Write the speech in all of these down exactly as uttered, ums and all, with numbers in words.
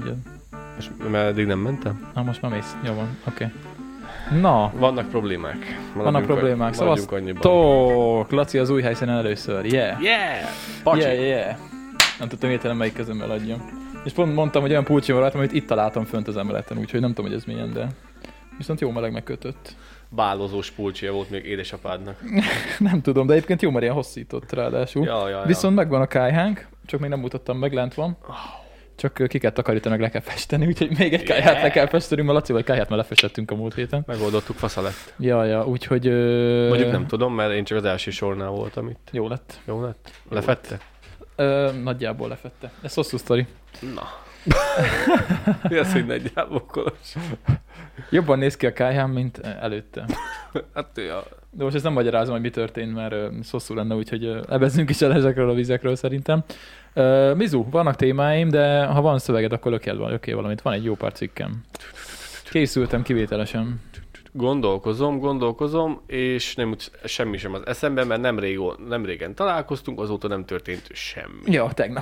hagyjad. És mert eddig nem mentem? Na, most már mész. Jó van, oké. Okay. Na. Vannak problémák. Maradjunk Vannak problémák. Szavaztok! Laci az új helyszínen először. Yeah! Yeah! Pacsi! Yeah, yeah! Nem tudtam értelem, melyik kezemmel adjam. És pont mondtam, hogy olyan pulcsival láttam, amit itt találtam fönt az emeleten, úgyhogy nem tudom, hogy ez milyen, de viszont jó meleg megkötött. Bálozós pulcsia volt még édesapádnak. Nem tudom, de egyébként jó, mert ilyen hosszított ráadásul. Ja, ja, ja. Viszont megvan a kályhánk, csak még nem mutattam meg, lent van. Csak ki kell takarítani, le kell festeni, úgyhogy még egy kályhát yeah. le kell festenünk, mert Lacival egy kályhát már lefestettünk a múlt héten. Megoldottuk, fasza lett. Ja, ja, úgyhogy... Ö... Mondjuk nem tudom, mert én csak az első sornál voltam itt. Jó lett. Jó lett? Lefette? Ö, nagyjából lefette. Ez hosszú sztori. Na. Mi az, hogy nagyjából Kolos? Jobban néz ki a kályhám, mint előtte. Hát ja. De most ezt nem magyarázom, hogy mi történt, mert ez hosszú lenne, úgyhogy ebezzünk is el ezekről a vizekről szerintem. Uh, Mizu, vannak témáim, de ha van szöveged, akkor lökjel van, lökjel valamit. Van egy jó pár cikkem. Készültem kivételesen. Gondolkozom, gondolkozom, és nem semmi sem az eszemben, mert nem, régo, nem régen találkoztunk, azóta nem történt semmi. Ja, tegnap.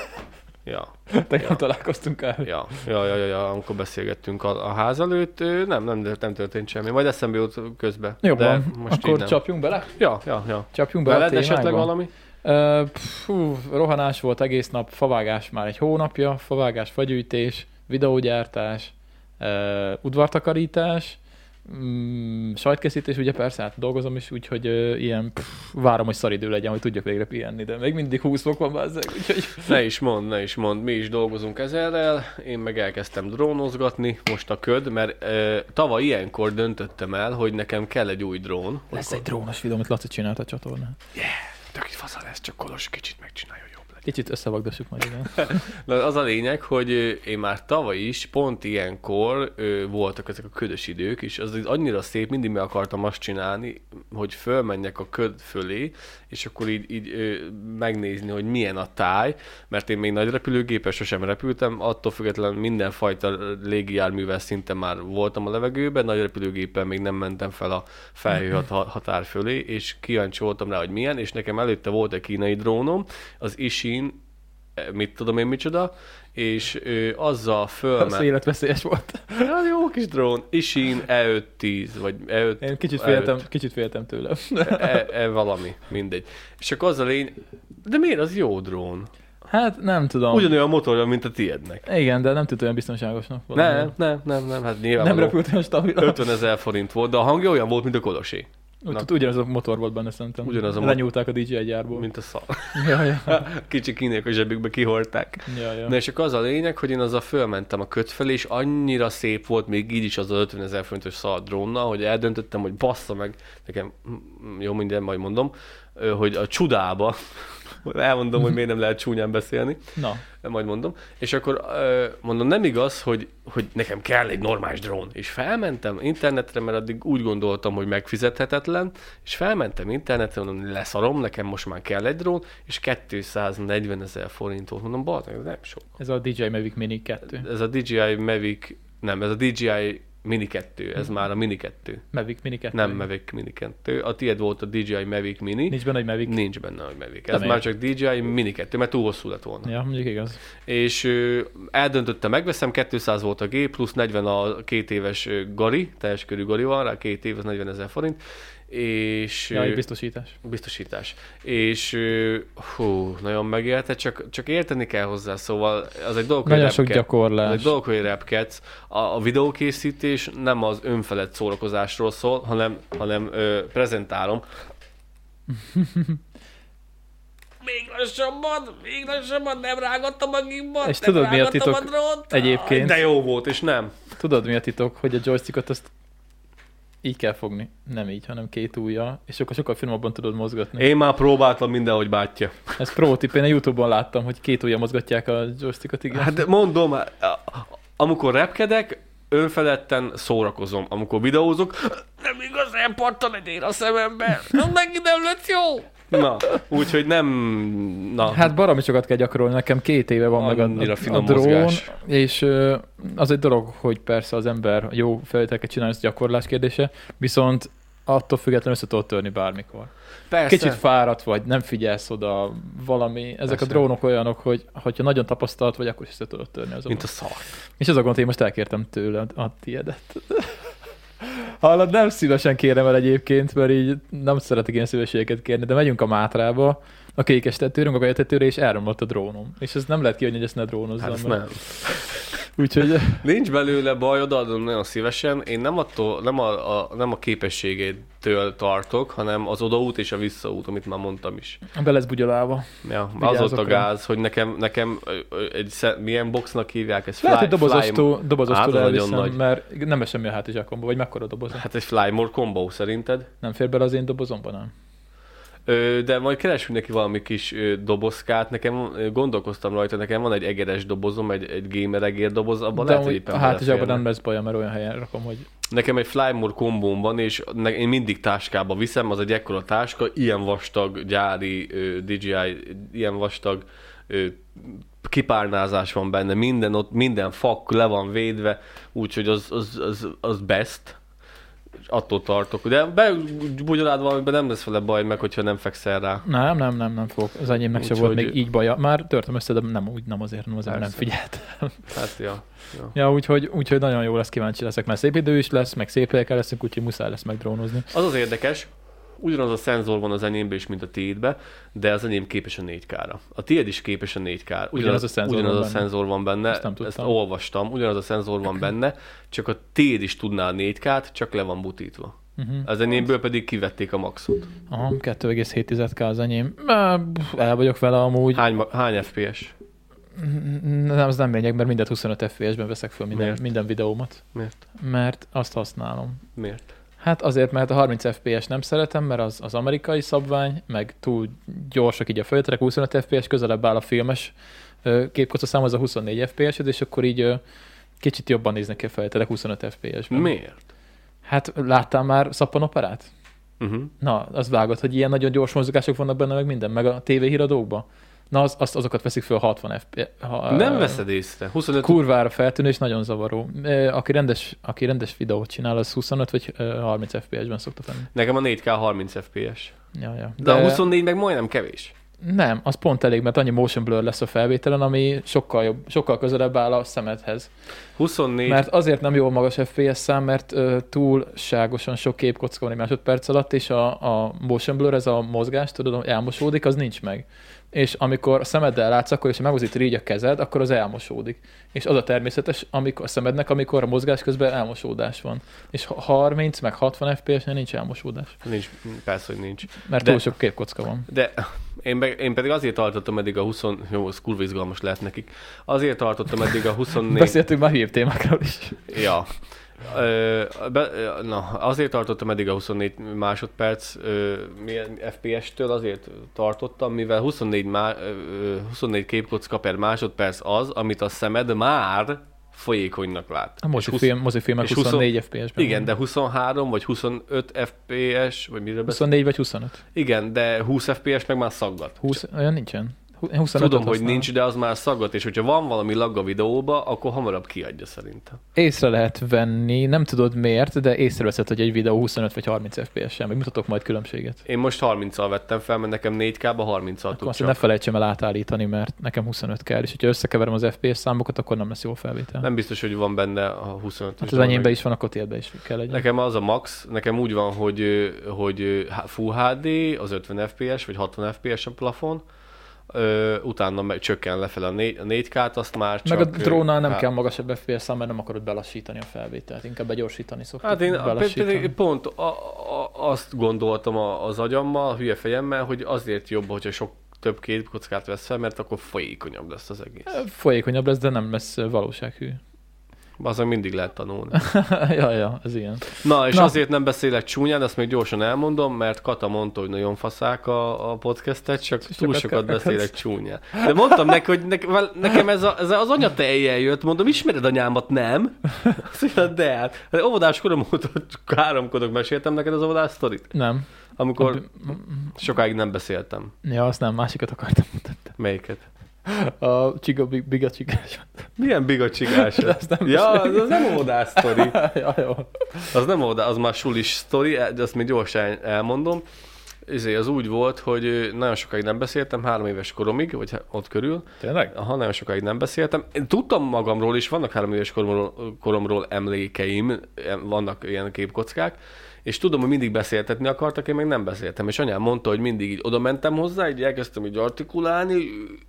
Ja. Tegnap ja. találkoztunk el. Ja, ja, ja, ja, ja, amikor beszélgettünk a, a ház előtt, nem, nem, nem történt semmi. Majd eszembe jut közbe. Jobban, akkor csapjunk bele? Ja, ja, ja. Csapjunk bele Veled esetleg valami? Uh, pfú, rohanás volt egész nap, favágás már egy hónapja, favágás, fagyűjtés, videógyártás, uh, udvartakarítás, um, sajtkészítés, ugye persze, hát dolgozom is, úgyhogy uh, ilyen pff, várom, hogy szaridő legyen, hogy tudjak végre pihenni, de még mindig húsz fok van bázzeg, úgyhogy... Ne is mondd, ne is mondd, mi is dolgozunk ezerrel, én meg elkezdtem drónozgatni, most a köd, mert uh, tavaly ilyenkor döntöttem el, hogy nekem kell egy új drón. Lesz akkor... egy drónos videó, amit Laci csinált a csatornán. Yeah! Tök itt fasza lesz, csak Kolos kicsit megcsinálja, jobb legyen. Kicsit összevagdossuk majd, igen. Na, az a lényeg, hogy én már tavaly is, pont ilyenkor ö, voltak ezek a ködös idők, és az annyira szép, mindig meg akartam azt csinálni, hogy fölmenjek a köd fölé, és akkor így, így ö, megnézni, hogy milyen a táj, mert én még nagy repülőgépes sosem repültem, attól függetlenül mindenfajta légijárművel szinte már voltam a levegőben, nagy repülőgéppel még nem mentem fel a felhő határ fölé, és kíváncsi voltam rá, hogy milyen, és nekem előtte volt egy kínai drónom, az Ishin, mit tudom én micsoda, és ő, azzal fölment... Az életveszélyes volt. Ja, jó kis drón. Ishin E öt tíz, vagy E öt... Én kicsit féltem, kicsit féltem tőle. E, e valami, mindegy. És akkor az a lény... De miért az jó drón? Hát nem tudom. Ugyanolyan motorja, mint a tiédnek. Igen, de nem tűnt olyan biztonságosnak. Nem, nem, nem, nem, hát nyilván nem repült olyan stabilan. ötvenezer forint volt, de a hangja olyan volt, mint a Kolosé. Úgy, ugyanaz a motor volt benne szerintem. Ugyanaz a Lenyúlták a dé jé i gyárból. Mint a szar. Ja, ja. Kicsi kínaiak a zsebükbe kihordták. Ja, ja. Na és akkor az a lényeg, hogy én azzal fölmentem a köt felé, és annyira szép volt még így is az a ötvenezer forintos szar drónnal, hogy eldöntöttem, hogy bassza meg nekem, jó minden, majd mondom, hogy a csudába, elmondom, hogy miért nem lehet csúnyán beszélni. Na. Majd mondom. És akkor mondom, nem igaz, hogy, hogy nekem kell egy normális drón. És felmentem internetre, mert addig úgy gondoltam, hogy megfizethetetlen, és felmentem internetre, mondom, leszarom, nekem most már kell egy drón, és kétszáznegyven ezer forint volt. Mondom, balta, ez nem sok. Ez a dé jé i Mavic Mini kettő. Ez a dé jé i Mavic, nem, ez a dé jé i Mini kettő, ez hmm. már a Mini kettő. Mavic Mini kettő. Nem Mavic Mini kettő. A tiéd volt a dé jé i Mavic Mini. Nincs benne egy Mavic. Nincs benne egy Mavic. Ez már csak dé jé i Mini kettő, mert túl hosszú lett volna. Ja, mondjuk igaz. És ö, eldöntöttem, megveszem, kétszáz volt a gép, plusz negyven a két éves Gari, teljes körű Gari van rá, két év, az negyven ezer forint. És... Ja, egy biztosítás. Biztosítás. És hú, nagyon megélte, csak, csak érteni kell hozzá, szóval az egy dolog, nagyon sok gyakorlás. Az egy dolog, hogy repkedsz. A, a videókészítés nem az önfelett szórakozásról szól, hanem, hanem ö, prezentálom. Még lassabban, még lassabban, nem rágattam a gimbat, és nem tudod, mi a titok a drónt. egyébként? De jó volt, és nem. Tudod, mi a titok, hogy a joystickot azt így kell fogni. Nem így, hanem két ujjal, és akkor sokkal finomabban tudod mozgatni. Én már próbáltam mindenhogy, bátyja. Ez pro tip, én a YouTube-on láttam, hogy két ujjal mozgatják a joystickot, igen. Hát mondom, amikor repkedek, önfeledten szórakozom. Amikor videózok, nem igazán pattan egy ér a szemembe. Megint nem lett jó. Na, úgyhogy nem... Na. Hát baromi sokat kell gyakorolni, nekem két éve van Annyira meg a, a, finom a drón, mozgás. És az egy dolog, hogy persze az ember jó feltételeket csinálni, ez gyakorlás kérdése, viszont attól függetlenül össze tudod törni bármikor. Persze. Kicsit fáradt vagy, nem figyelsz oda valami. Ezek Persze. a drónok olyanok, hogy ha nagyon tapasztalt vagy, akkor is össze tudod törni azon. Mint a szar. És az a gond, hogy én most elkértem tőle a tiédet. Hallod, nem szívesen kérem el egyébként, mert így nem szeretek ilyen szívességeket kérni, de megyünk a Mátrába, a kékes tetőrünk, a kajatetőre, és elromlott a drónom. És ez nem lehet kijönni, hogy ezt ne drónozzam. Hát ezt mert... nem. Úgyhogy... Nincs belőle baj, odaadom nagyon szívesen. Én nem, attól, nem, a, a, nem a képességétől tartok, hanem az odaút és a visszaút, amit már mondtam is. Be lesz bugyolálva. Ja, az ott a gáz, hogy nekem, nekem egy sze, milyen boxnak hívják, ez fly, lehet, hogy dobozostól, fly, dobozostól hát, elviszem, nagy. mert nem esem mi a hátizsákomba, vagy mekkora doboz. Hát egy Flymore combo szerinted? Nem fér bele az én dobozomba, nem? Ö, de majd keresünk neki valami kis ö, dobozkát, nekem gondolkoztam rajta, nekem van egy egeres dobozom, egy, egy gamer egér doboz, abban de lehet, hogy éppen a hátizsákban beleférne. nem lesz baja, mert olyan helyen rakom, hogy... Nekem egy Flymore kombóm van, és ne, én mindig táskába viszem, az egy ekkora táska, ilyen vastag gyári ö, dé jé i, ilyen vastag ö, kipárnázás van benne, minden ott, minden fak le van védve, úgyhogy az, az, az, az best. Attól tartok. De begugyolád valamiben nem lesz vele baj meg, hogyha nem fekszel rá. Nem, nem, nem, nem fog. Az enyémnek se Úgy, volt hogy... még így baja. Már törtem össze, de nem úgy, nem azért, nem azért, nem Persze. figyeltem. Hát, ja. ja. Ja, úgyhogy, úgyhogy nagyon jó lesz, kíváncsi leszek, mert szép idő is lesz, meg szép helyekkel leszünk, úgyhogy muszáj lesz megdrónozni. Az az érdekes, ugyanaz a szenzor van az enyémben is, mint a tiédben, de az enyém képes a négy ká-ra. A tiéd is képes a négy ká-ra. Ugyanaz, ugyanaz, a szenzor, ugyanaz van, a szenzor van benne, ezt, ezt olvastam, ugyanaz a szenzor van benne, csak a tiéd is tudná a négy ká-t, csak le van butítva. Uh-huh. Az enyémből pedig kivették a maxot. Aha, kettő egész hét ká az enyém. El vagyok vele amúgy. Hány, hány ef pé es? Nem, az nem lényeg, mert mindent huszonöt ef pé es-ben veszek föl minden, minden videómat. Miért? Mert azt használom. Miért? Hát azért, mert a harminc ef pé es nem szeretem, mert az, az amerikai szabvány, meg túl gyorsak így a felvételek, huszonöt ef pé es közelebb áll a filmes képkocka számhoz a huszonnégy ef pé es-ed, és akkor így kicsit jobban néznek ki a felvételek huszonöt ef pé es-ben. Miért? Hát láttál már szappanoperát? Uh-huh. Na, az vágod, hogy ilyen nagyon gyors mozgások vannak benne, meg minden, meg a tévéhíradókban. Na, az, azt, azokat veszik föl hatvan ef pé es. Ha, nem veszed észre. huszonöt... Kurvára feltűnő és nagyon zavaró. Aki rendes, aki rendes videót csinál, az huszonöt vagy harminc ef pé es-ben szokta tenni. Nekem a négy ká harminc ef pé es. Ja, ja. De, De a huszonnégy meg majdnem kevés. Nem, az pont elég, mert annyi motion blur lesz a felvételen, ami sokkal jobb, sokkal közelebb áll a szemedhez. huszonnégy... Mert azért nem jó magas ef pé es szám, mert uh, túlságosan sok képkocka van egy másodperc alatt, és a, a motion blur, ez a mozgás, tudod, elmosódik, az nincs meg. És amikor a szemeddel látsz, akkor, és megmozdítod így a kezed, akkor az elmosódik. És az a természetes amikor, a szemednek, amikor a mozgás közben elmosódás van. És harminc meg hatvan ef pé es-nél nincs elmosódás. Nincs, persze, hogy nincs. Mert de, túl sok képkocka van. De én, be, én pedig azért tartottam eddig a húsz... Jó, ez kurva izgalmas lehet nekik. Azért tartottam eddig a huszonnégy... Beszéltünk már hír témákról is. Ja. Ö, be, na, azért tartottam eddig a huszonnégy másodperc ö, milyen ef pé es-től, azért tartottam, mivel huszonnégy, má, ö, huszonnégy képkocka per másodperc az, amit a szemed már folyékonynak lát. A mozifilm, mozifilmek huszonnégy ef pé es-ben. Igen, de huszonhárom vagy huszonöt ef pé es, vagy miről beszél? huszonnégy vagy huszonöt. Igen, de húsz ef pé es meg már szaggat. húsz, olyan nincsen. Tudom, hogy nincs, de az már szaggat, és hogyha van valami lag a videóba, akkor hamarabb kiadja szerintem. Észre lehet venni, nem tudod miért, de észreveszed, hogy egy videó huszonöt vagy harminc ef pé es-en, meg mutatok majd különbséget. Én most harminccal vettem fel, mert nekem négy ká-ba harminccal tud csak. Ne felejtsem el átállítani, mert nekem huszonöt kell, és hogyha összekeverem az ef pé es számokat, akkor nem lesz jó felvétel. Nem biztos, hogy van benne a huszonöt. Hát az enyémben is van, akkor tiédben is kell legyen. Nekem az a max, nekem úgy van, hogy, hogy Full há dé, az ötven ef pé es, vagy hatvan ef pé es a plafon, Ö, utána meg csökken lefelé a, négy, a négy ká-t, azt már csak... Meg a drónnal nem há... kell magasabb ef pé es szám, mert nem akarod belassítani a felvételt, inkább begyorsítani szoktuk. Hát én pont a, a, azt gondoltam az agyammal, a hülye fejemmel, hogy azért jobb, hogyha sok több képkockát vesz fel, mert akkor folyékonyabb lesz az egész. Folyékonyabb lesz, de nem lesz valósághű. Azon mindig lehet tanulni. ja, ja, ez ilyen. Na, és Na. azért nem beszélek csúnyán, ezt még gyorsan elmondom, mert Kata mondta, hogy nagyon faszák a, a podcastet, csak túl sokat, sokat beszélek csúnyán. De mondtam neki, hogy ne, nekem ez, a, ez az anyatejjel jött, mondom, ismered anyámat? Nem. Azt mondja, de hát. Óvodás korom óta káromkodok, meséltem neked az óvodás sztorit? Nem. Amikor sokáig nem beszéltem. Ja, azt nem, másikat akartam mutatni. Melyiket? A csiga, biga csigás. Milyen bigacsigás? Nem Ja, az, az nem óvodás sztori. Ja, jó. Az nem óvodás, az már sulis sztori, de azt még gyorsan elmondom. Ezért az úgy volt, hogy nagyon sokáig nem beszéltem, három éves koromig, vagy ott körül. Tényleg? Aha, nagyon sokáig nem beszéltem. Én tudtam magamról is, vannak három éves koromról, koromról emlékeim, vannak ilyen képkockák, és tudom, hogy mindig beszéltetni akartak, én meg nem beszéltem. És anyám mondta, hogy mindig így oda mentem hozzá, így elkezdtem így artikulálni,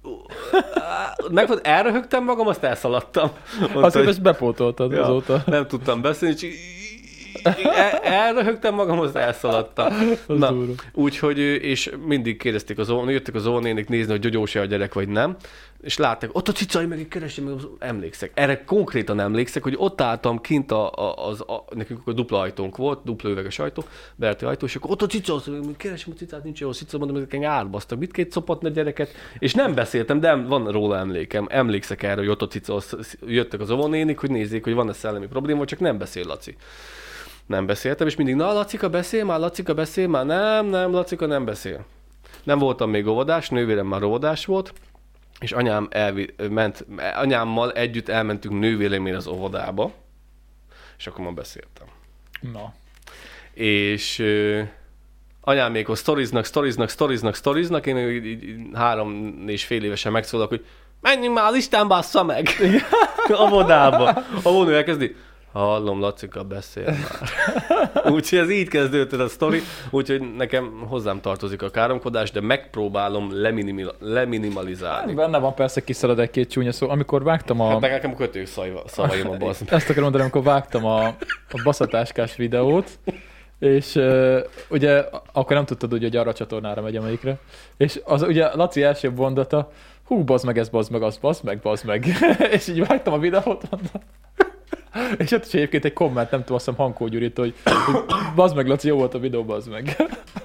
meg elröhögtem magam, azt elszaladtam. Mondta, Azért ezt bepótoltad ja, azóta. nem tudtam beszélni, és El, elröhögtem magam, azt elszaladtam. Na, úgyhogy, és mindig kérdezték az óvónénik, jöttek az óvónénik nézni, hogy gyogyós-e a gyerek, vagy nem. És látták, ott a cicai, meg keresem, meg emlékszek. Erre konkrétan emlékszek, hogy ott álltam kint, a, a, az, a, nekünk a dupla ajtónk volt, dupla üveges ajtó, beállti ajtó, és akkor ott a cica, keresem a cicát, nincs jó a cica, mondom, ezek átbasztak, mit két szopatni a gyereket, és nem beszéltem, de van róla emlékem. Emlékszek erre, hogy ott a cica, jöttek az óvónénik, hogy nézzék, hogy van-e szellemi probléma, csak nem beszél Laci. Nem beszéltem, és mindig, na, Lacika, beszél már, Lacika, beszél már, nem, nem, Lacika nem beszél. Nem voltam még óvodás, nővérem már óvodás volt, és anyám elvi, ment, anyámmal együtt elmentünk nővéremért az óvodába, és akkor már beszéltem. Na. És ö, anyám még sztoriznak, sztoriznak, sztoriznak, sztoriznak, én így, így, így három és fél évesen megszólok, hogy menjünk már, az Isten bassza meg! A óvodába. A óvónő elkezdi, hallom, Lacika, beszél már. Úgyhogy ez így kezdődött a sztori, úgyhogy nekem hozzám tartozik a káromkodás, de megpróbálom leminimil- leminimalizálni. Benne van persze kiszalad egy-két csúnya szó. Amikor vágtam a... Hát nekem a kötők szavaim a basz. Ezt akarom mondani, amikor vágtam a, a baszatáskás videót, és uh, ugye akkor nem tudtad úgy, hogy arra a csatornára megy, amelyikre. És az ugye Laci első mondata, hú, bazd meg, ez bazd meg, az bazd meg, bazd meg. És így vágtam a videót, mondtam. És ott is egyébként egy komment, nem tudom, azt hiszem Hankó Gyurit, hogy bazd meg, Laci, jó volt a videó, bazd meg.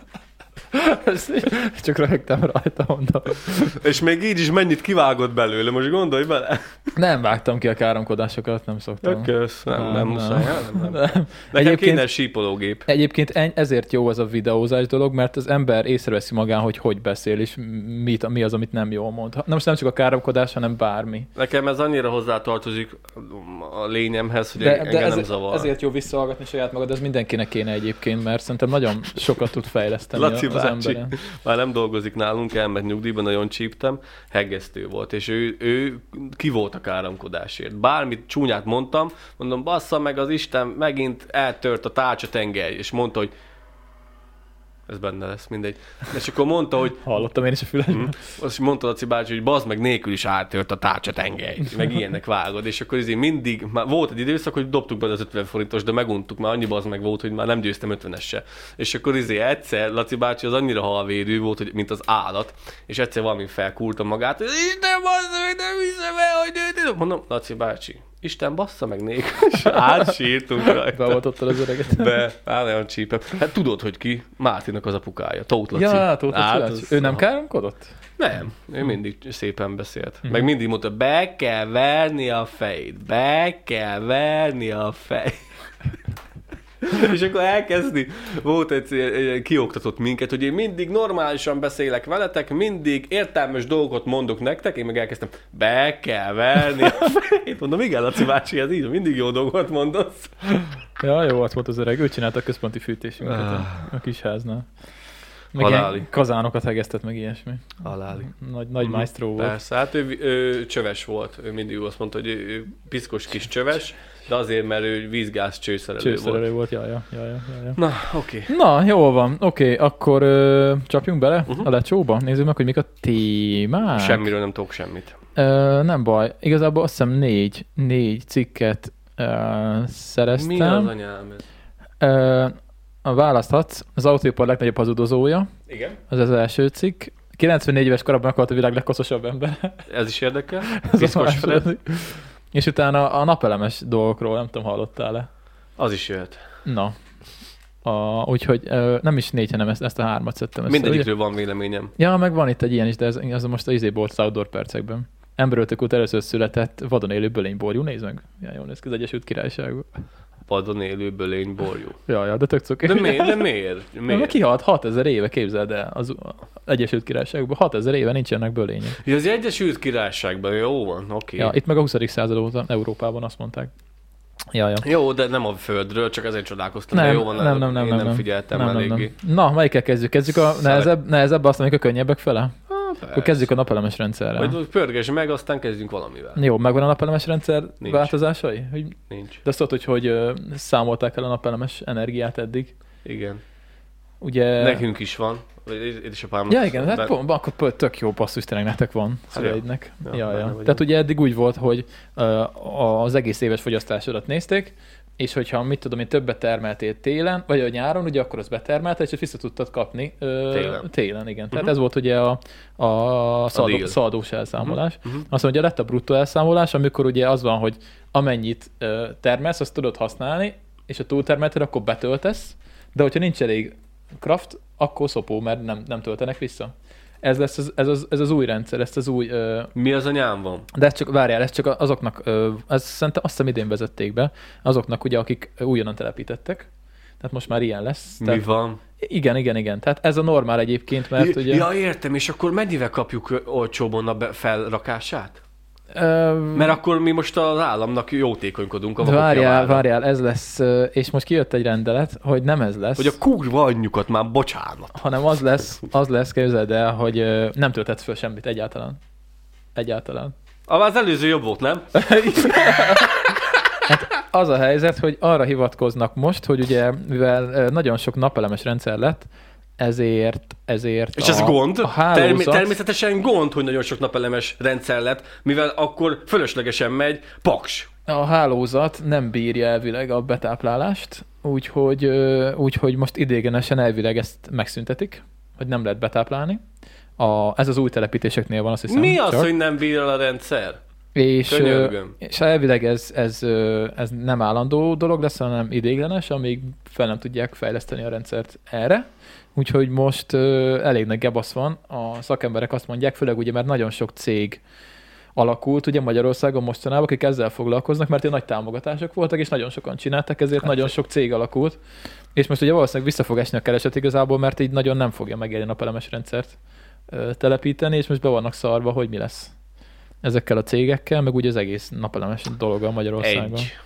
Csak röhögtem rajta, mondom. És még így is mennyit kivágott belőle, most gondolj bele. Nem vágtam ki a káromkodásokat, nem szoktam. Kösz, nem, nem, nem muszáj. Nem, nem. nem. Nekem kéne sípológép. Egyébként ezért jó az a videózás dolog, mert az ember észreveszi magán, hogy hogy beszél, és mit, mi az, amit nem jól mond. Nem, most nem csak a káromkodás, hanem bármi. Nekem ez annyira hozzátartozik a lényemhez, hogy de, engem de ez, nem zavar. Ezért jó visszahallgatni saját magad, ez mindenkinek kéne egyébként, mert szerintem nagyon sokat tud fejleszteni Laci az bácsi, emberen. Már nem dolgozik nálunk, elment nyugdíjban, nagyon csíptem, heggesztő volt, és ő, ő ki volt a káromkodásért. Bármit csúnyát mondtam, mondom, bassza meg az Isten, megint eltört a tárcsa tengely, és mondta, hogy ez benne lesz, mindegy. És akkor mondta, hogy... Hallottam én is a fülemben. Mm, azt mondta Laci bácsi, hogy bazd meg nélkül is áttört a tárcsa tengely, meg ilyenek vágod. És akkor ezért mindig, már volt egy időszak, hogy dobtuk be az ötven forintos, de meguntuk, már annyi bazd meg volt, hogy már nem győztem ötvenesse. És akkor ezért egyszer Laci bácsi az annyira halvérű volt, hogy, mint az állat, és egyszer valami felkúrta magát, hogy Isten bazd meg, nem hiszem el, hogy nőtt. Mondom, Laci bácsi, Isten bassza meg nélkül, és átsírtunk rajta. Beoltottad az öreget. Be, áll olyan csípem. Hát tudod, hogy ki? Mártinak az apukája, Tóth Laci. Ja, Tóth Laci. Hát, Ő nem káromkodott? Nem, ő mindig szépen beszélt. Meg mindig mondta, be kell verni a fejét, be kell verni a fejét. És akkor elkezdi, volt egy, egy kioktatott minket, hogy én mindig normálisan beszélek veletek, mindig értelmes dolgot mondok nektek, én meg elkezdtem, be kell verni a fejét. Mondom, igen, Laci bácsi, ez így, mindig jó dolgot mondasz. Ja, jó volt, volt az öreg. Ő csinálta a központi fűtésünket ah. a, a kisháznál. Meg Haláli. Kazánokat hegesztett, meg ilyesmi. Haláli. Nagy, nagy Mm-hmm. maestro volt. Persze, hát ő, ő csöves volt. Ő mindig azt mondta, hogy ő piszkos kis csöves, de azért, mert ő vízgáz csőszerelő, csőszerelő volt. volt. Ja, ja, ja, ja, ja. Na, oké. Okay. Na, jó van. Oké, okay, akkor ö, csapjunk bele uh-huh. a lecsóba. Nézzük meg, hogy mik a témák. Semmiről nem tudok semmit. Ö, nem baj. Igazából azt hiszem négy, négy cikket ö, szereztem. Mi az anyám ez? Ö, választhatsz. Az autóipar legnagyobb hazudozója. Igen. Az az első cikk. kilencvennégy éves korában meghalt a világ legkoszosabb ember. Ez is érdekel. Piszkos Fred. És utána a napelemes dolgokról, nem tudom, hallottál-e? Az is jöhet. Na. A, úgyhogy ö, nem is négy, hanem ezt, ezt a hármat szedtem össze. Mindegyikről van véleményem. Ja, meg van itt egy ilyen is, de ez, ez most az izé volt az outdoor percekben. Emberöltök óta először született vadon élő bölényborjú, nézd meg. Ja, jól néz ki az Egyesült Királyságban. padon élő bölény borjú. Ja, ja, de tök cuki. De miért? De miért? Miért? Mert kihalt hatezer éve, képzeld el, az Egyesült Királyságban hatezer éve nincsenek bölények. Ja, az Egyesült Királyságban, jó van, oké. Okay. Ja, itt meg a huszadik század óta Európában azt mondták. Ja, ja. Jó, de nem a földről, csak ezért csodálkoztam. Nem, jó van, nem, nem, nem, én nem, nem figyeltem nem, eléggé. Nem, nem. Na, melyikkel kezdjük? Kezdjük a nehezebb, nehezebb azt mondjuk a könnyebbek fele? Persze. Akkor kezdjük a napelemes rendszerrel. Vagy pörgess meg, aztán kezdjünk valamivel. Jó, megvan a napelemes rendszer Nincs. változásai? Hogy... Nincs. De azt tudod, hogy hogy ö, számolták el a napelemes energiát eddig? Igen. Ugye... Nekünk is van. Édesapámnak. Ja, igen, hát be... pont, akkor tök jó basszus, tényleg nektek van szüleidnek. Ja, Ja, ja, ja. ja. Tehát ugye eddig úgy volt, hogy uh, az egész éves fogyasztásodat nézték, és hogyha mit tudom én többet termeltél télen, vagy a nyáron, ugye akkor azt betermelted, és vissza tudtad kapni uh, télen. télen, igen. Tehát Uh-huh. ez volt ugye a, a, szaldó, deal. szaldós elszámolás. Uh-huh. Uh-huh. Azt mondja, lett a bruttó elszámolás, amikor ugye az van, hogy amennyit uh, termelsz, azt tudod használni, és ha túltermelted, akkor betöltesz, de hogyha nincs elég kraft, akkor szopó, mert nem, nem töltenek vissza. Ez lesz az, ez, az, ez az új rendszer, ezt az új... Ö... Mi az anyám van? De ez csak, várjál, ez csak azoknak, ö, ez szerintem azt hiszem idén vezették be, azoknak ugye, akik újonnan telepítettek. Tehát most már ilyen lesz. Mi Tehát, van? Igen, igen, igen. Tehát ez a normál egyébként, mert ja, ugye... Ja, értem, és akkor mennyivel kapjuk olcsóbban a be- felrakását? Ö... Mert akkor mi most az államnak jótékonykodunk a De vakok várjál, javára. várjál, ez lesz, ö, és most kijött egy rendelet, hogy nem ez lesz. Hogy a kurva anyjukat már bocsánat. Hanem az lesz, az lesz, képzeld el, hogy ö, nem töltetsz föl semmit egyáltalán. Egyáltalán. Ah, az előző jobb volt, nem? Hát az a helyzet, hogy arra hivatkoznak most, hogy ugye, mivel nagyon sok napelemes rendszer lett, ezért, ezért És a, ez gond? a hálózat... Term- természetesen gond, hogy nagyon sok napelemes rendszer lett, mivel akkor fölöslegesen megy paks. A hálózat nem bírja elvileg a betáplálást, úgyhogy, ö, úgyhogy most idéglenesen elvileg ezt megszüntetik, hogy nem lehet betáplálni. A, ez az új telepítéseknél van, azt hiszem. Mi az, csak. hogy nem bír el a rendszer? És, ö, Könyörgöm. és elvileg ez, ez, ö, ez nem állandó dolog lesz, hanem idéglenes, amíg fel nem tudják fejleszteni a rendszert erre. Úgyhogy most ö, elég nagy gebasz van. A szakemberek azt mondják, főleg ugye, mert nagyon sok cég alakult ugye Magyarországon mostanában, akik ezzel foglalkoznak, mert ilyen nagy támogatások voltak, és nagyon sokan csináltak, ezért hát nagyon sok cég alakult. És most ugye valószínűleg vissza fog esni a kereset igazából, mert így nagyon nem fogja megélni a napelemes rendszert ö, telepíteni, és most be vannak szarva, hogy mi lesz ezekkel a cégekkel, meg ugye az egész napelemes dologgal Magyarországon. Egy.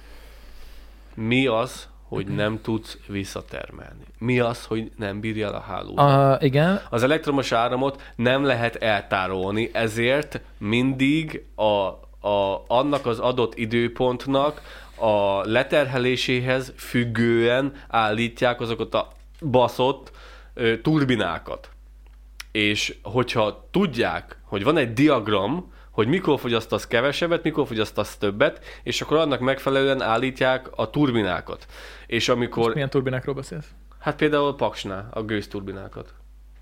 Mi az, hogy nem tudsz visszatermelni? Mi az, hogy nem bírja el a hálózat? Uh, igen. Az elektromos áramot nem lehet eltárolni, ezért mindig a, a, annak az adott időpontnak a leterheléséhez függően állítják azokat a baszott ö, turbinákat. És hogyha tudják, hogy van egy diagram, hogy mikor fogyasztasz kevesebbet, mikor fogyasztasz többet, és akkor annak megfelelően állítják a turbinákat. És amikor... Most milyen turbinákról beszélsz? Hát például Paksnál a gőzturbinákat.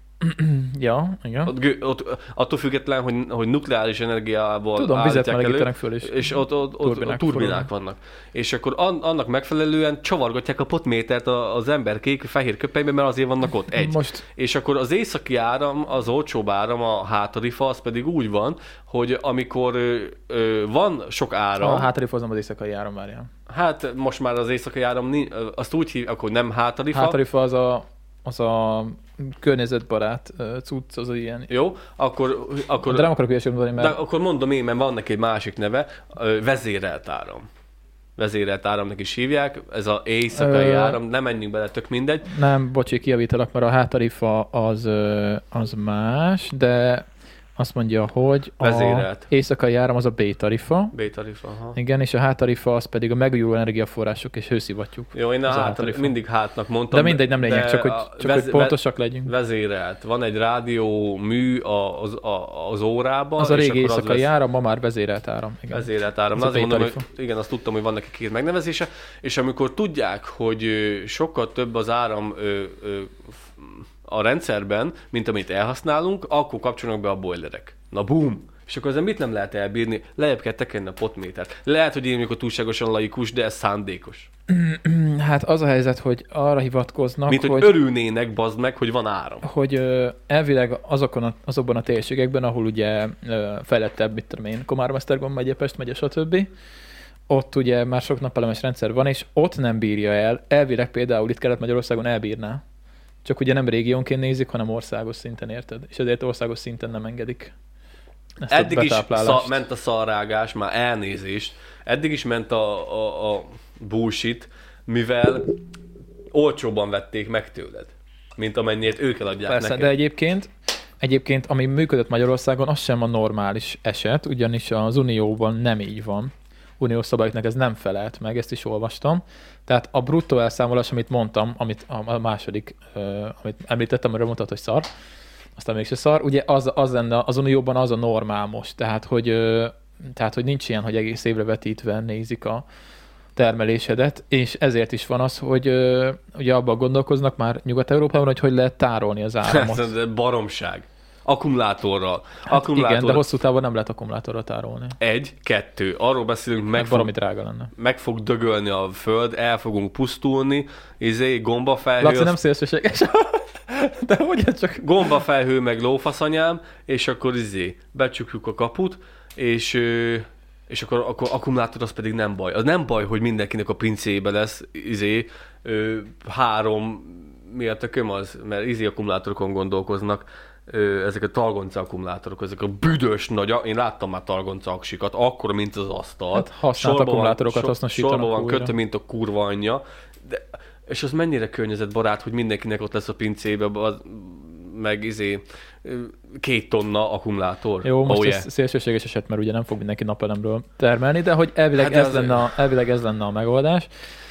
Ja, igen. Ott, gő, ott attól független, hogy, hogy nukleáris energiából Tudom, vizet állítják elő, melegítenek föl is. és ott, ott, ott turbinák, turbinák vannak. És akkor an, annak megfelelően csavargatják a potmétert az ember kék, fehér köpenyben, mert azért vannak ott. Egy. Most... És akkor az északi áram, az olcsóbb áram, a hátarifa, az pedig úgy van, hogy amikor ö, ö, van sok áram... A hátarifa az nem az éjszakai áram, várjál. Hát most már az éjszakai áram, azt úgy hívják, hogy nem hátarifa. Hátarifa az a, az a környezetbarát cucc, az ilyen... Jó, akkor... akkor de nem akarok hülyeséget mondani, mert... De akkor mondom én, mert van neki egy másik neve, vezérelt áram. Vezérelt áramnak is hívják, ez az éjszakai Ö... áram, nem menjünk bele, tök mindegy. Nem, bocsi, kijavítalak, mert a hátarifa az, az más, de azt mondja, hogy vezérelt. A éjszakai áram az a B-tarifa. B-tarifa, aha. Igen, és a hátarifa az pedig a megújuló energiaforrások és hőszivattyúk. Jó, én a hát, mindig hátnak mondtam. De mindegy, nem lényeg, csak, hogy, csak vez, hogy pontosak legyünk. Vezérelt. Van egy rádió mű az, az órában. Az a régi éjszakai áram, ma már vezérelt áram. Igen. Vezérelt áram. Azért mondom, hogy igen, azt tudtam, hogy van neki két megnevezése. És amikor tudják, hogy sokkal több az áram ö, ö, a rendszerben, mint amit elhasználunk, akkor kapcsolnak be a boilerek. Na boom! És akkor ezzel mit nem lehet elbírni? Lejjebb kell tekerni a potmétert. Lehet, hogy én mikor túlságosan laikus, de ez szándékos. Hát az a helyzet, hogy arra hivatkoznak, mint hogy, hogy örülnének, bazd meg, hogy van áram. Hogy ö, elvileg azokon a, azokban a térségekben, ahol ugye ö, fejlettebb, mit tudom én, Komárom-Esztergom megye, Pest megye, stb., ott ugye már sok napelemes rendszer van, és ott nem bírja el. Elvileg például itt Kelet-Magyarországon elbírná. Csak ugye nem régiónként nézik, hanem országos szinten, érted? És ezért országos szinten nem engedik. Ezt Eddig is sza- ment a szarrágás, már elnézést. Eddig is ment a, a, a bullshit, mivel olcsóban vették meg tőled, mint amennyit ők eladják Persze, neked. de egyébként, egyébként, ami működött Magyarországon, az sem a normális eset, ugyanis az Unióban nem így van. Uniós szabályoknak ez nem felelt meg, ezt is olvastam. Tehát a bruttó elszámolás, amit mondtam, amit a második, uh, amit említettem, amiről mondtad, hogy szar, aztán mégse szar, ugye az, az lenne, az Unióban az a normál most, tehát hogy, uh, tehát, hogy nincs ilyen, hogy egész évre vetítve nézik a termelésedet, és ezért is van az, hogy uh, ugye abban gondolkoznak már Nyugat-Európában, hogy hogy lehet tárolni az áramot. Ez baromság. Akkumulátorral. Hát Akkumulátor... igen, de hosszú távon nem lehet akkumulátorra tárolni. Egy, kettő. Arról beszélünk, meg, Meg fog, valami drága lenne. meg fog dögölni a föld, el fogunk pusztulni, izé, gombafelhő... Laci, az... nem szélsőséges. De hogy csak... Gombafelhő meg lófaszanyám, és akkor izé, becsukjuk a kaput, és... és akkor, akkor akkumulátor az pedig nem baj. Az nem baj, hogy mindenkinek a pincébe lesz izé, ö, három, mi a tököm az, mert izé akkumulátorokon gondolkoznak, ö, ezek a talgonca akkumulátorok, ezek a büdös nagy, én láttam már talgonca aksikat, akkor, mint az asztal. Hát használt akkumulátorokat hasznosítanak sorba van újra. kötve, mint a kurva anyja. De, és az mennyire környezetbarát, hogy mindenkinek ott lesz a pincébe, az, meg izé két tonna akkumulátor. Jó, most oh, ez yeah. szélsőséges eset, mert ugye nem fog mindenki napelemről termelni, de hogy elvileg, hát ez, az... lenne a, elvileg ez lenne a megoldás.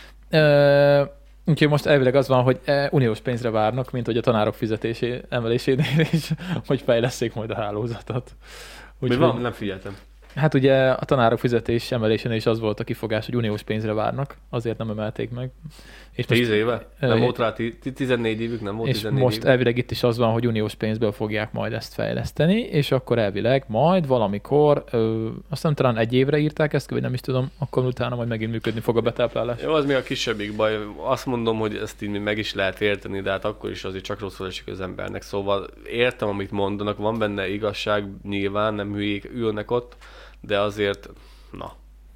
E, úgyhogy most elvileg az van, hogy uniós pénzre várnak, mint hogy a tanárok fizetésé emelésénél is, hogy fejleszték majd a hálózatot. Úgy, Mi van? Hogy... Nem figyeltem. Hát ugye a tanárok fizetés emelésénél is az volt a kifogás, hogy uniós pénzre várnak, azért nem emelték meg. És tíz most, éve? Nem volt rá tizennégy évük, nem volt és tizennégy most évük. elvileg itt is az van, hogy uniós pénzből fogják majd ezt fejleszteni, és akkor elvileg majd valamikor, ö, azt nem talán egy évre írták ezt, vagy nem is tudom, akkor utána majd megint működni fog a betáplálás. Jó, az még a kisebbik baj. Azt mondom, hogy ezt így meg is lehet érteni, de hát akkor is azért csak rosszul esik az embernek. Szóval értem, amit mondanak, van benne igazság, nyilván nem hülyék ülnek ott, de azért, na.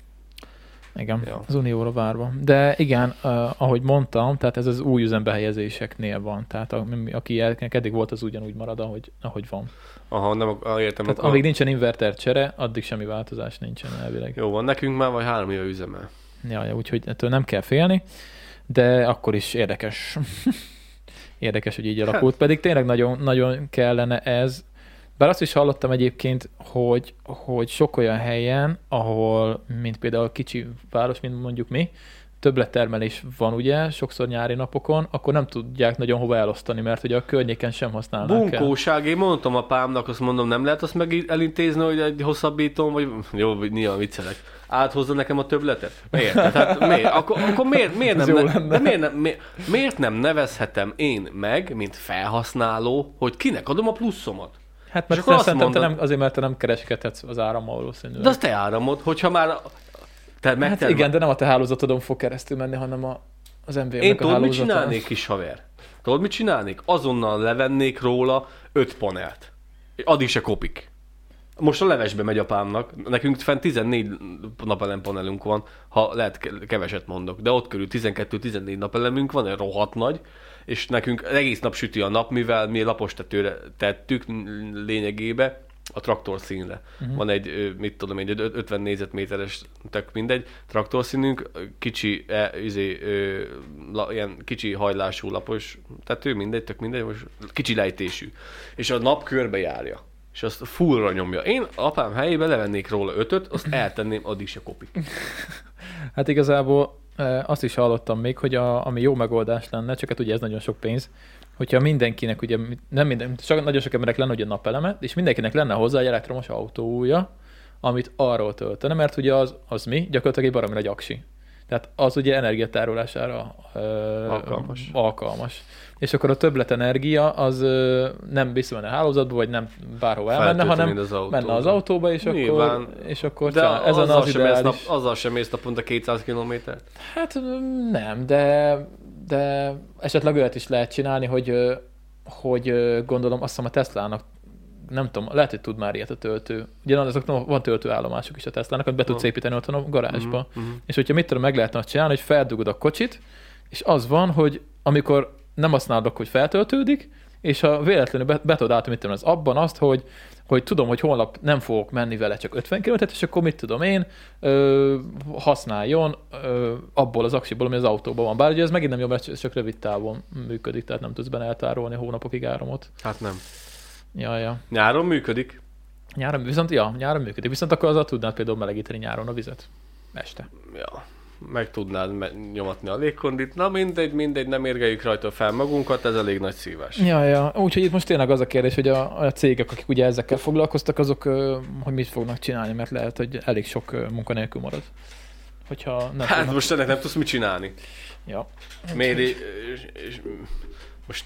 Igen, ja. Az unióra várva. De igen, uh, ahogy mondtam, tehát ez az új üzembehelyezéseknél van. Tehát a, aki eddig volt, az ugyanúgy marad, ahogy, ahogy van. Aha, nem értem. Tehát akkor... amíg nincsen inverter csere, addig semmi változás nincsen elvileg. Jó van, nekünk már vagy három éve üzemel. Ja, ja, úgyhogy ettől nem kell félni, de akkor is érdekes. Érdekes, hogy így alakult. Pedig tényleg nagyon, nagyon kellene ez. Bár azt is hallottam egyébként, hogy, hogy sok olyan helyen, ahol, mint például kicsi város, mint mondjuk mi, többlettermelés van ugye, sokszor nyári napokon, akkor nem tudják nagyon hova elosztani, mert ugye a környéken sem használnák el. Bunkóság, én mondtam apámnak, azt mondom, nem lehet azt meg elintézni, hogy egy hosszabbítom, vagy jó, nyilván viccelek. Áthozza nekem a többletet? Miért? Tehát miért? Akkor, akkor miért, miért, nem, ne, de miért, nem, miért, miért nem nevezhetem én meg, mint felhasználó, hogy kinek adom a pluszomat? Hát mert azt szerintem mondod, te nem, azért, mert te nem kereskedhetsz az árammal valószínűleg. De az te áramod, hogyha már... Te hát igen, de nem a te hálózatodon fog keresztül menni, hanem a, az em vé em-nek a hálózaton. Én tudod, mit csinálnék, kis haver? Tudod, mit csinálnék? Azonnal levennék róla öt panelt. Addig se kopik. Most a levesbe megy apámnak. Nekünk fenn tizennégy napelem panelünk van, ha lehet keveset mondok, de ott körül tizenkettő-tizennégy napelemünk van, egy rohadt nagy, és nekünk egész nap süti a nap, mivel mi lapos tetőre tettük lényegébe, a traktorszínre. Uh-huh. Van egy, mit tudom, egy ötven négyzetméteres, tök mindegy, traktorszínünk, kicsi, e, izé, ö, la, ilyen kicsi hajlású lapos tető, mindegy, tök mindegy, most kicsi lejtésű. És a nap körbe járja. És azt fullra nyomja. Én apám helyébe levennék róla ötöt, azt eltenném, addig se kopik. Hát igazából azt is hallottam még, hogy a, ami jó megoldás lenne, csak hát ugye ez nagyon sok pénz, hogyha mindenkinek, ugye nem minden, sok, nagyon sok emberek lenne ugye napeleme, és mindenkinek lenne hozzá egy elektromos autója, amit arról töltene, mert ugye az, az mi? Gyakorlatilag egy baromi nagy aksi. Tehát az ugye energiatárolására ö, alkalmas. alkalmas. És akkor a többlet energia az ö, nem visszamenne a hálózatba, vagy nem bárhova elmenne, hanem az menne az autóba, és nyilván, akkor, és akkor de csán, ezen az ideális. Nap, azzal sem mész naponta kétszáz kilométert? Hát nem, de, de esetleg olyat is lehet csinálni, hogy, hogy gondolom azt hiszem a Teslának nem tudom, lehet, hogy tud már ilyet a töltő. Ugye azok van töltőállomások is a Teslának, amit be tudsz építeni otthon a garázsba. Mm-hmm. És hogyha mit tudom, meg lehetne azt csinálni, hogy feldugod a kocsit, és az van, hogy amikor nem használod, akkor hogy feltöltődik, és ha véletlenül be, be tudod állítani, mit tudom, az abban azt, hogy, hogy tudom, hogy holnap nem fogok menni vele csak ötven kilométert, és akkor mit tudom én, ö, használjon ö, abból az aksiból, ami az autóban van. Bár ugye ez megint nem jó, mert csak rövid távon működik, tehát nem tudsz benne eltárolni hónapokig áramot. Hát nem. Ja, ja. Nyáron működik? Nyáron, viszont, ja, nyáron működik. Viszont akkor azzal tudnád például melegíteni nyáron a vizet. Este. Ja. Meg tudnád me- nyomatni a légkondit. Na mindegy, mindegy, nem érgeljük rajta fel magunkat, ez elég nagy szívás. Ja, ja. Úgyhogy itt most tényleg az a kérdés, hogy a, a cégek, akik ugye ezekkel foglalkoztak, azok hogy mit fognak csinálni, mert lehet, hogy elég sok munkanélkül marad. Hogyha nem hát fognak... most ennek nem tudsz mit csinálni. Ja. Miért? És, és, most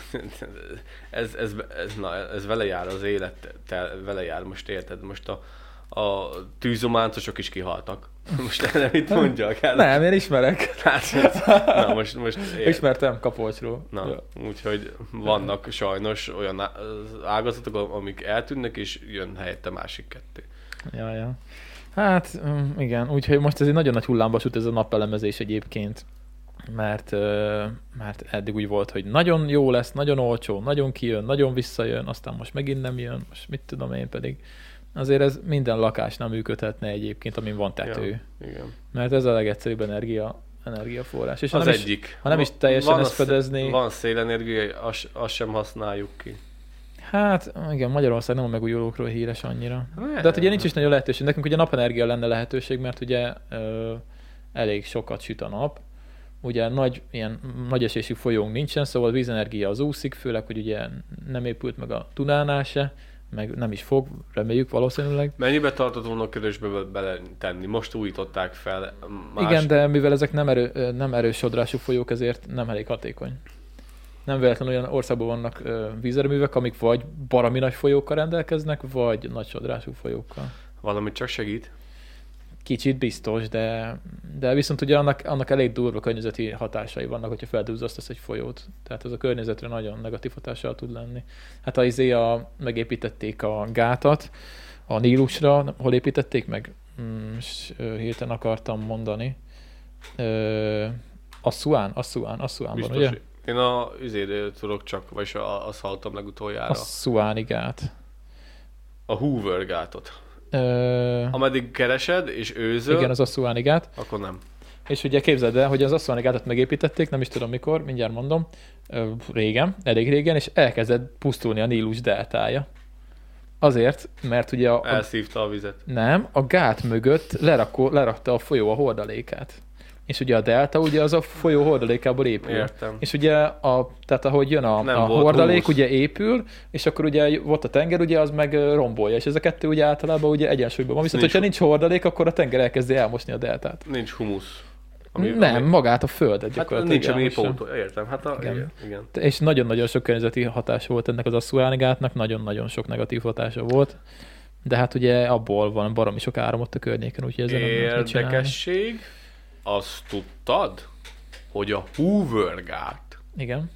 ez, ez, ez, na, ez vele jár az élettel, vele jár, most érted, most a, a tűzománcosok is kihaltak. Most nem mit mondjak el? Nem, én ismerek. Hát, na most, most ismertem Kapocsról. Na, ja. úgyhogy vannak sajnos olyan ágazatok, amik eltűnnek, és jön helyette másik kettő. Ja, ja. Hát igen, úgyhogy most ez egy nagyon nagy hullámba süt ez a napelemezés egyébként. Mert, mert eddig úgy volt, hogy nagyon jó lesz, nagyon olcsó, nagyon kijön, nagyon visszajön, aztán most megint nem jön, most mit tudom én pedig. Azért ez minden lakásnál működhetne egyébként, amin van tető. Ja, igen. Mert ez a legegyszerűbb energia, energiaforrás. És az nem egyik. Is, ha nem is teljesen van ezt fedezni... Van szélenergia, azt, azt sem használjuk ki. Hát igen, Magyarország nem a megújulókról híres annyira. De hát ugye nincs is nagyon lehetőség. Nekünk ugye napenergia lenne lehetőség, mert ugye ö, elég sokat süt a nap. Ugye nagy, ilyen nagy esésű folyónk nincsen, szóval a vízenergia az úszik, főleg, hogy ugye nem épült meg a Dunánál se, meg nem is fog, reméljük valószínűleg. Mennyibe tartott volna körösbe beletenni? Most újították fel. Más... Igen, de mivel ezek nem, erő, nem erős sodrású folyók, ezért nem elég hatékony. Nem véletlenül olyan országban vannak vízerőművek, amik vagy baromi nagy folyókkal rendelkeznek, vagy nagy sodrású folyókkal. Valamit csak segít? Kicsit biztos, de, de viszont ugye annak, annak elég durva környezeti hatásai vannak, hogyha feldúzzasztasz egy folyót. Tehát az a környezetre nagyon negatív hatással tud lenni. Hát a izé a, megépítették a gátat a Nílusra, hol építették meg? Hmm, hirtelen akartam mondani. Assuán, Assuán, Assuánban, ugye? Én a üzéről tudok csak, vagyis azt hallottam legutoljára. Assuáni gát. A Hoover gátot. Ö... Ameddig keresed és őzöl, igen, az Assuáni gát. Akkor nem. És ugye képzeld el, hogy az Assuáni gátat megépítették, nem is tudom mikor, mindjárt mondom, régen, elég régen, és elkezdett pusztulni a Nílus deltája. Azért, mert ugye a... Elszívta a vizet. Nem, a gát mögött lerakó, lerakta a folyó a hordalékát. És ugye a delta ugye az a folyó hordalékából épül. Értem. És ugye, a, tehát ahogy jön a, a hordalék, húsz. Ugye épül, és akkor ugye ott a tenger, ugye az meg rombolja, és ez a kettő ugye általában ugye egyensúlyban van. Viszont, nincs, hogyha nincs hordalék, akkor a tenger elkezdi elmosni a deltát. Nincs humusz. Ami, nem, ami... magát a földet gyakorlatilag. Hát nincs a mépótó, értem. Hát a, igen. Igen, igen. És nagyon-nagyon sok környezeti hatása volt ennek az Assuáni gátnak, nagyon-nagyon sok negatív hatása volt. De hát ugye abból van baromi sok áramot a környéken, úgyhogy ezen nem lehet mit csinálni. Érdekesség. Azt tudtad, hogy a Hoover gát, igen.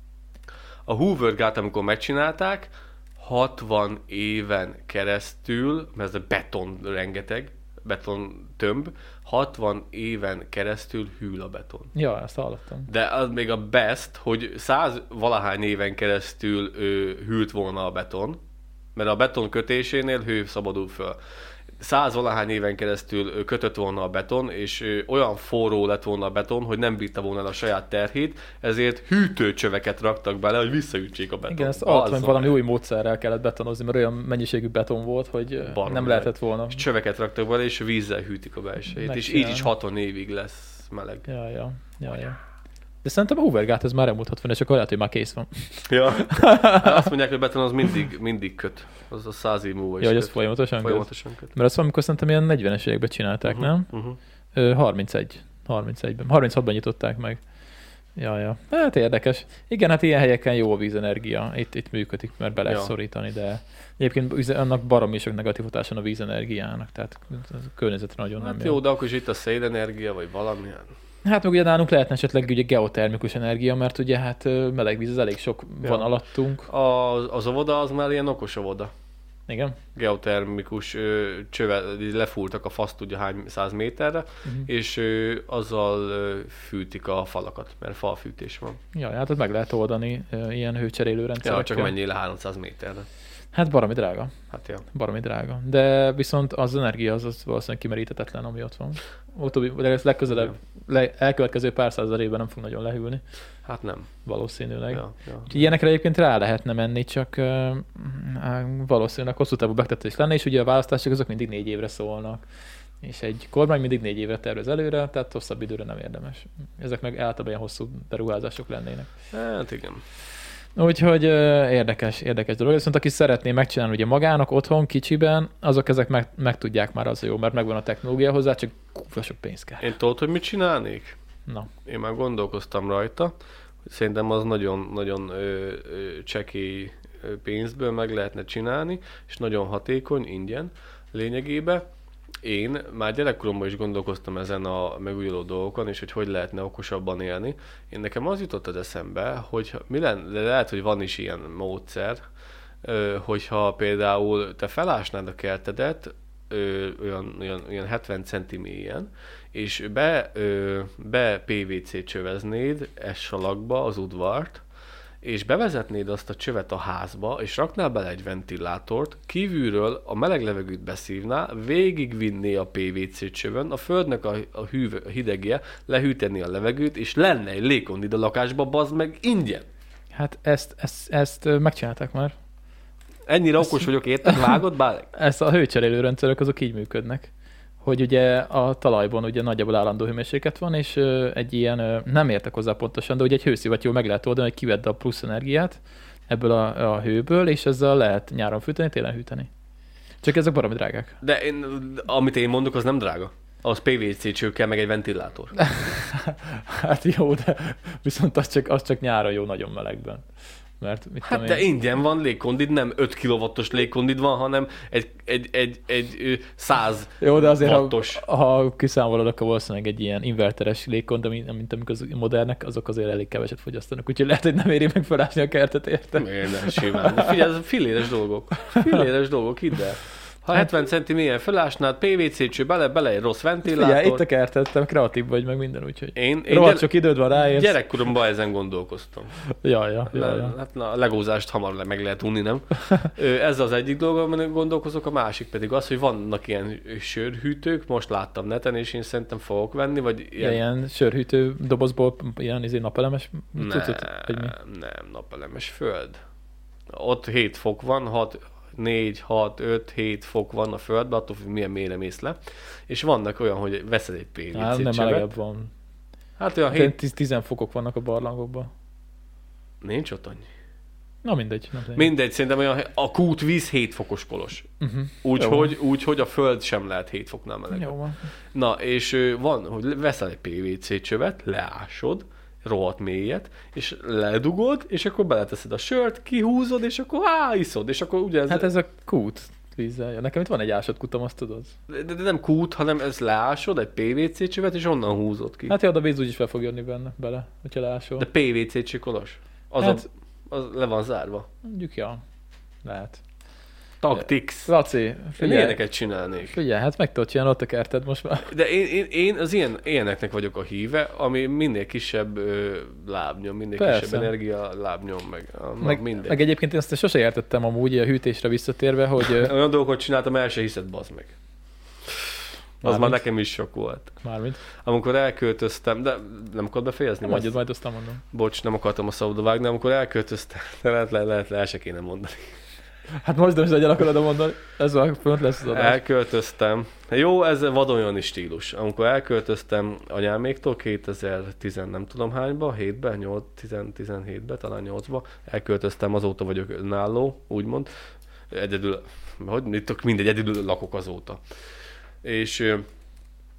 A Hoover gát, amikor megcsinálták, hatvan éven keresztül, mert ez a beton rengeteg, beton tömb, hatvan éven keresztül hűl a beton. Ja, ezt hallottam. De az még a best, hogy száz valahány éven keresztül ő, hűlt volna a beton, mert a beton kötésénél hő szabadul föl. Száz valahány éven keresztül kötött volna a beton, és olyan forró lett volna a beton, hogy nem bírta volna el a saját terhét, ezért hűtőcsöveket raktak bele, hogy visszaütsék a beton. Igen, ezt alatt valami új módszerrel kellett betonozni, mert olyan mennyiségű beton volt, hogy Barom nem lehetett volna. És csöveket raktak bele, és vízzel hűtik a belsejét, és így is hatvan évig lesz meleg. Ja, ja, ja, ja. De szerintem a Hoover gát ez már elmúlt hatvan, és akkor lehet, hogy már kész van. Ja. Hát azt mondják, hogy beton az mindig, mindig köt. Az a száz év múlva is ja, köt. hogy az folyamatosan, folyamatosan köt. köt. Mert azt valamikor szerintem ilyen negyvenes években csinálták, uh-huh, nem? Uh-huh. harmincegy. harmincegyben. harminchatban nyitották meg. Ja, ja. Hát érdekes. Igen, hát ilyen helyeken jó a vízenergia. Itt, itt működik, mert be lehet ja. szorítani, de egyébként annak baromi sok negatív hatása a vízenergiának, tehát a környezetre nagyon hát nem jó. jó. De akkor is itt a szélenergia, vagy valami. Hát meg ugye nálunk lehetne esetleg ugye geotermikus energia, mert ugye hát ö, meleg víz az elég sok Ja. van alattunk. Az, az óvoda az már ilyen okos óvoda. Igen. Geotermikus ö, csöve, lefúrtak a fasz tudja hány száz méterre, Uh-huh. és ö, azzal ö, fűtik a falakat, mert falfűtés van. Ja, hát ott meg lehet oldani ö, ilyen hőcserélő Ja, rendszerekkel. csak menjél le háromszáz méterre. Hát baromi drága. Hát ja. Baromi drága. De viszont az energia az, az valószínűleg kimeríthetetlen, ami ott van. Utóbbi, legközelebb, le, elkövetkező pár százezer évben nem fog nagyon lehűlni. Hát nem. Valószínűleg. Ja, ja. Ilyenekre egyébként rá lehetne menni, csak uh, valószínűleg hosszú távú befektetés lenne, és ugye a választások azok mindig négy évre szólnak. És egy kormány mindig négy évre tervez előre, tehát hosszabb időre nem érdemes. Ezek meg általában ilyen hosszú beruházások lennének. Hát igen. Úgyhogy uh, érdekes, érdekes dolog. Viszont aki szeretné megcsinálni ugye magának otthon, kicsiben, azok ezek meg, meg tudják már, az jó, mert megvan a technológia hozzá, csak kurva sok pénz kell. Én tudod, hogy mit csinálnék? Na. Én már gondolkoztam rajta. Szerintem az nagyon-nagyon csekély ö, pénzből meg lehetne csinálni, és nagyon hatékony, ingyen lényegében. Én már gyerekkoromban is gondolkoztam ezen a megújuló dolgokon, és hogy hogy lehetne okosabban élni. Én nekem az jutott az eszembe, hogy mi lenne, de lehet, hogy van is ilyen módszer, ö, hogyha például te felásnád a kertedet, ö, olyan, olyan, olyan hetven centi mélyen, és be, ö, be pé vé cé csöveznéd S-salakba az udvart, és bevezetnéd azt a csövet a házba, és raknál bele egy ventilátort, kívülről a meleg levegőt beszívná, végigvinné a pé vé cé csövön, a földnek a, a, hűv, a hidegje, lehűteni a levegőt, és lenne egy légkondid a lakásba, bazd meg, ingyen. Hát ezt, ezt, ezt ö, megcsinálták már. Ennyire Ezt- okos vagyok, érted? Vágod, bár? Ezt a hőcserélő rendszerek azok így működnek, hogy ugye a talajban ugye nagyjából állandó hőmérséklet van, és ö, egy ilyen, ö, nem értek hozzá pontosan, de ugye egy hőszivattyúval meg lehet oldani, hogy kivedd a plusz energiát ebből a, a hőből, és ezzel lehet nyáron fűteni, télen hűteni. Csak ezek baromi drágák. De én, amit én mondok, az nem drága. Az pé vé cé csőkkel, meg egy ventilátor. Hát jó, de viszont az csak, az csak nyáron jó nagyon melegben. Mert mit Hát tudom de én, ingyen van légkondid, nem öt kilowattos légkondid van, hanem egy, egy, egy, egy, egy száz jó, de azért, wattos. ha, ha kiszámolod, akkor valószínűleg egy ilyen inverteres légkond, mint, mint amikor az modernek, azok azért elég keveset fogyasztanak, úgyhogy lehet, hogy nem éri meg felásni a kertet érte. Miért nem simán? De figyelj, ez filléres dolgok. Filléres dolgok, hidd el. Ha hetven centi mélyen felásnád, pé vé cé cső, bele, bele egy rossz ventilátor. Figyelj, itt a kertet, kreatív vagy meg minden, úgyhogy Én, én rohadt gyere, sok időd van ráérsz. gyerekkoromban ezen gondolkoztam. Ja, ja, ja, Le, ja. hát na, a legózást hamar le, meg lehet unni, nem? Ö, Ez az egyik dolog, amin gondolkozok, a másik pedig az, hogy vannak ilyen sörhűtők, most láttam neten, és én szerintem fogok venni, vagy Ilyen, ilyen sörhűtő dobozból, ilyen izé napelemes Nem, cuccot, vagy mi? nem, napelemes föld. Ott hét fok van, hat, négy, hat, öt, hét fok van a földben, attól függ, milyen mélyre mész le. És vannak olyan, hogy veszed egy pé vé cé Hát nem csövet. melegebb van. Hát olyan hét... tíz tíz fokok vannak a barlangokban. Nincs ott annyi. Na mindegy. Nem tudom. Mindegy, szerintem olyan, a kútvíz hét fokos kolos. Uh-huh. Úgyhogy úgy, hogy a föld sem lehet hét foknál melegebb. Jó van. Na, és ö, van, hogy veszel egy pé vé cé csövet, leásod, rohadt mélyet, és ledugod, és akkor beleteszed a sört, kihúzod, és akkor á, iszod, és akkor ugye ez... Hát ez a kút vízzel. Nekem itt van egy ásott kutam, azt tudod. De, de nem kút, hanem ez leásod, egy pé vé cé csövet, és onnan húzod ki. Hát jó, de a víz úgyis fel fog jönni benne, bele, hogyha leásol. De pé vé cé csikolos. Az, Hát- a, az le van zárva. Mondjuk, ja. Lehet. Tactics. Laci, Én figyelj, ilyeneket csinálnék. figyelj, hát meg tudod csinálni ott a kerted most már. De én, én, én az ilyen, ilyeneknek vagyok a híve, ami minél kisebb ö, lábnyom, minél Persze. kisebb energia lábnyom, meg, na, Meg, mindegy. meg egyébként én azt sose értettem amúgy a hűtésre visszatérve, hogy ö, Olyan dolgokat csináltam, el se hiszed, bazd meg. Az Mármint? már nekem is sok volt. mármint. Amikor elköltöztem, de nem akarod befejezni? Mondjad, Azt? majd aztán mondom. Bocs, nem akartam a szabadba vágni, amikor elköltöztem, de lehet, lehet, lehet, lehet, el se kéne mondani. Hát most nem is legyen akarod mondani, ez a fönt lesz az adás. Elköltöztem. Jó, ez vadonjani stílus. Amikor elköltöztem anyáméktól kétezer-tíz nem tudom hányba, hétbe, nyolc, tíz, tizenhétbe, talán nyolcba, elköltöztem, azóta vagyok önálló, úgymond. Egyedül, hogy mit mindegy, egyedül lakok azóta. És ö,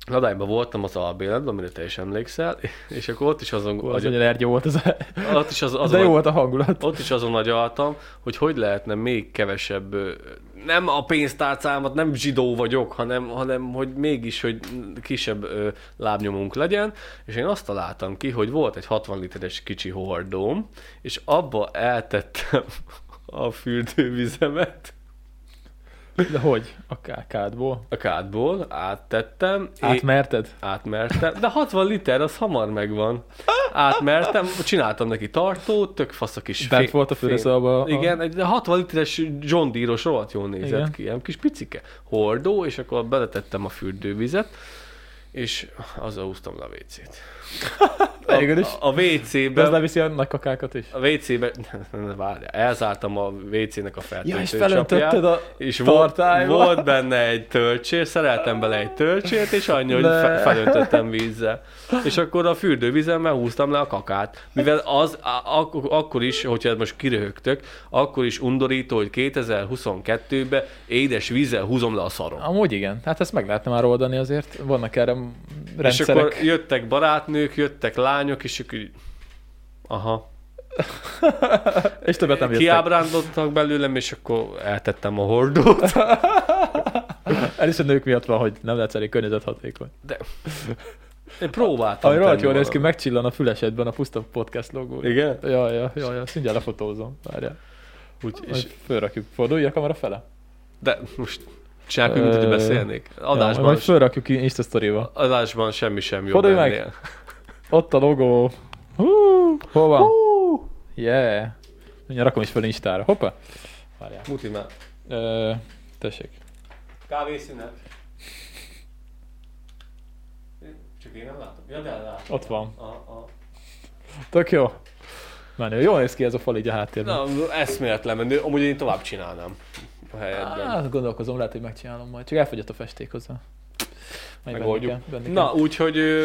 Ladályban voltam az albéletben, amire te is emlékszel, és akkor ott is azon... Az nagyon ergyó volt az, ott is az, azon de jó volt a hangulat. Ott is azon agyaltam, hogy hogy lehetne még kevesebb, nem a pénztárcámat, nem zsidó vagyok, hanem, hanem hogy mégis, hogy kisebb ö, lábnyomunk legyen, és én azt találtam ki, hogy volt egy hatvan literes kicsi hordóm, és abba eltettem a fürdővizemet. De hogy? A kádból? A kádból áttettem. Átmerted? Átmertem, de hatvan liter, az hamar megvan. Átmertem, csináltam neki tartót, tök fasz a kis... Bent volt a fürdőszobában. Igen, egy hatvan literes John Deere-os rohadt jól nézett igen. ki, ilyen kis picike hordó, és akkor beletettem a fürdővizet, és azzal húztam le a vécét. A, a, a vécébe... De az leviszi a nagy kakákat is? A vécébe... Várjál, elzártam a vécének a fertőző ja, és felöntötted a és volt, volt benne egy tölcsér, szereltem bele egy tölcsért, és annyi, hogy fe, felöntöttem vízzel. És akkor a fürdővizemmel húztam le a kakát. Mivel az ak- akkor is, hogyha most kiröhögtök, akkor is undorító, hogy kétezer-huszonkettőben édes vízzel húzom le a szarom. Amúgy igen. Hát ezt meg lehetne már oldani azért. Vannak erre rendszerek. És akkor jöttek barátnők, jöttek lányok, és akkor aha. És többet nem jöttek. Kiábrándottak belőlem, és akkor eltettem a hordót. El is a nők miatt van, hogy nem lehet elég környezethatékony. De én próbáltam. Ami rohadt jól néz ki, megcsillan a fülesedben a Puszta Podcast logó. Igen? Ja, ja, ja, ja. Mindjárt lefotózom. Várjál. Úgy, és fölrakjuk. Fordulj a kamera fele? De most csináljuk, mint hogy beszélnék. Adásban... Ja, majd fölrakjuk ki Insta Story-ba. Adásban semmi sem jobb Fordulj meg! Ott a logó. Hú, hol van? Hú. Yeah. Mindjárt rakom is fel Instára. Hoppa. Várjál. Muti már. Ö, tessék. Kávészünet. Csak én nem látom. Ja, de látom. Ott van. A, a... Tök jó. Menő. Jól néz ki ez a fal így a háttérben. Na, eszméletlen menő. Amúgy én tovább csinálnám a helyetben. Hát gondolkozom, lehet, hogy megcsinálom majd. Csak elfogyott a festék hozzá. Majd megoldjuk. Benni kell, benni Na, úgyhogy... Ö...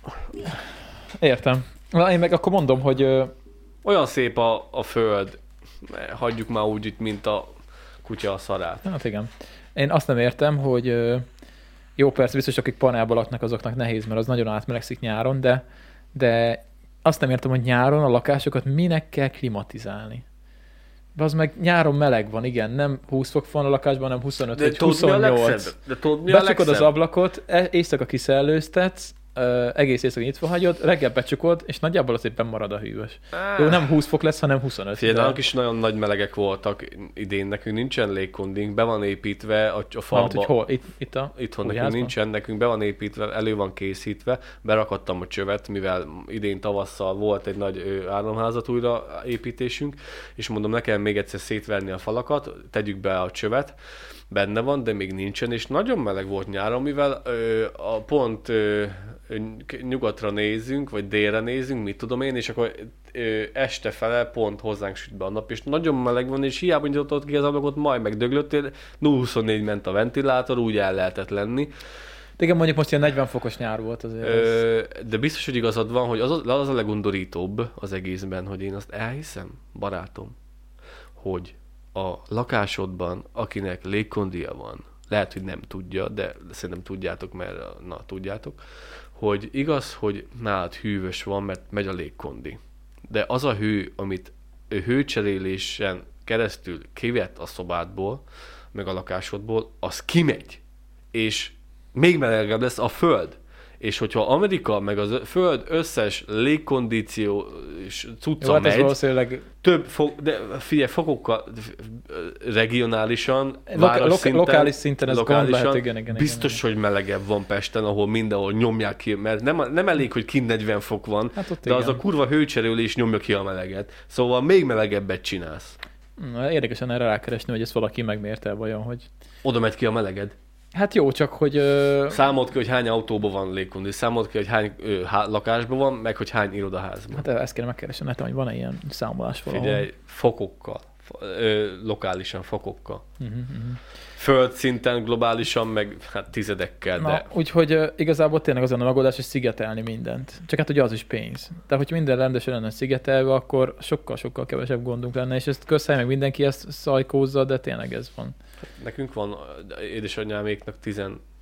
Értem. Na, én meg akkor mondom, hogy... Ö... Olyan szép a, a föld. Hagyjuk már úgy itt, mint a kutya a szarát. Hát igen. Én azt nem értem, hogy... Ö... Jó, persze, biztos, akik panelban laknak, azoknak nehéz, mert az nagyon átmelegszik nyáron, de, de azt nem értem, hogy nyáron a lakásokat minek kell klimatizálni. De az meg nyáron meleg van, igen, nem húsz fok van a lakásban, hanem huszonöt vagy huszonnyolc. De tudod, mi a becsukod legszebb? az ablakot, éjszaka kiszellőztetsz, Uh, egész éjszaka nyitva hagyod, reggel becsukod, és nagyjából az éppen marad a hűvös. Ah. Jó, nem húsz fok lesz, hanem huszonöt. Figyelj, nálunk is nagyon nagy melegek voltak idén, nekünk nincsen légkondink, be van építve a, a falba. Mármint, hogy hol? Itt, itt a Itthon nekünk házban? Nincsen, nekünk be van építve, elő van készítve, berakadtam a csövet, mivel idén tavasszal volt egy nagy államházat újraépítésünk, és mondom, nekem még egyszer szétverni a falakat, tegyük be a csövet, benne van, de még nincsen, és nagyon meleg volt nyáron, mivel ö, a pont ö, nyugatra nézünk, vagy délre nézünk, mit tudom én, és akkor ö, este fele pont hozzánk süt be a nap, és nagyon meleg van, és hiába nyitottad ki az ablakot, majd megdöglöttél, nulla huszonnégy ment a ventilátor, úgy el lehetett lenni. De igen, mondjuk most ilyen negyven fokos nyár volt azért. Ö, de biztos, hogy igazad van, hogy az, az a legundorítóbb az egészben, hogy én azt elhiszem, barátom, hogy a lakásodban, akinek légkondia van, lehet, hogy nem tudja, de szerintem tudjátok, mert na, tudjátok, hogy igaz, hogy nálad hűvös van, mert megy a légkondi. De az a hő, amit hőcserélésen keresztül kivett a szobádból, meg a lakásodból, az kimegy. És még melegebb lesz a föld. És hogyha Amerika meg a föld összes légkondíció és cucca jó, hát megy, valószínűleg... több fok, de figyelj, fokokkal regionálisan, Loka- loka- szinten, lokális szinten ez lokálisan, gond lehet, igen, igen, biztos, igen, hogy melegebb van Pesten, ahol mindenhol nyomják ki, mert nem, nem elég, hogy kint negyven fok van, hát de igen. Az a kurva hőcserélés nyomja ki a meleget. Szóval még melegebbet csinálsz. Na, érdekesen erre rákeresni, hogy ezt valaki megmérte vajon, hogy... Oda megy ki a meleged. Hát jó, csak hogy... Ö... Számold ki, hogy hány autóban van légkondi, számold ki, hogy hány ö, há, lakásban van, meg hogy hány irodaházban. Hát ezt kéne megkeresni, nekem, hogy van-e ilyen számolás valahol. Figyelj, fokokkal, ö, lokálisan fokokkal. Uh-huh, uh-huh. Földszinten, globálisan, meg hát tizedekkel, Na, de... úgyhogy uh, igazából tényleg azon a megoldás, hogy szigetelni mindent. Csak hát ugye az is pénz. Tehát, hogyha minden rendesen lenne szigetelve, akkor sokkal-sokkal kevesebb gondunk lenne, és ezt közszáj meg mindenki ezt szajkózza, de tényleg ez van. Nekünk van, édesanyáméknak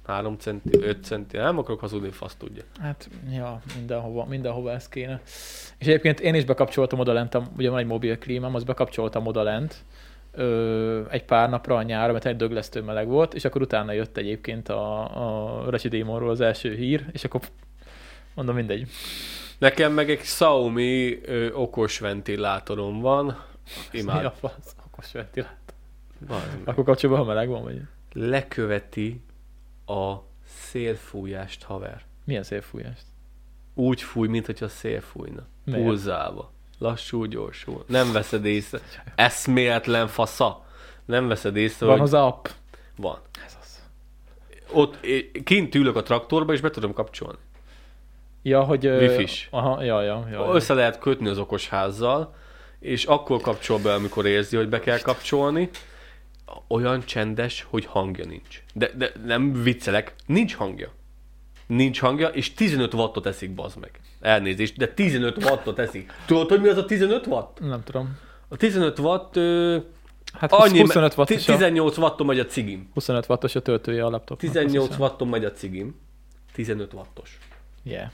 három centi, öt centi, nem akarok hazudni, fasz tudja. Hát, ja, mindenhova, mindenhova ez kéne. És egyébként én is bekapcsoltam oda lent, ugye van egy mobil klímám, azt bekapcsoltam oda lent ö, egy pár napra a nyára, mert egy döglesztő meleg volt, és akkor utána jött egyébként a, a Residémonról az első hír, és akkor mondom, mindegy. Nekem meg egy Xiaomi ö, okos ventilátorom van. Imád. Mi a fasz? Okos ventilátor. Van. Akkor kapcsolban, ha meleg van, vagy? Leköveti a szélfújást, haver. Milyen szélfújást? Úgy fúj, mint hogyha szél fújna. Miért? Pulzálva. Lassú, gyorsul. Nem veszed észre. Eszméletlen fasza. Nem veszed észre, Van hogy... az app? Van. Ez az. Ott é- kint ülök a traktorba, és be tudom kapcsolni. Ja, hogy... ö, Wi-Fi-s. Aha, ja, ja, ja, ja. Össze lehet kötni az okosházzal, és akkor kapcsol be, amikor érzi, hogy be kell kapcsolni. Olyan csendes, hogy hangja nincs. De, de nem viccelek, nincs hangja. Nincs hangja, és tizenöt wattot eszik, bazd meg. Elnézést, de tizenöt wattot eszik. Tudod, hogy mi az a tizenöt watt? Nem tudom. A tizenöt watt... Ö, Hát annyi, huszonöt wattos a, tizennyolc watton megy a cigim. huszonöt wattos a töltője a laptopnak. tizennyolc watton megy a cigim. tizenöt wattos. Yeah.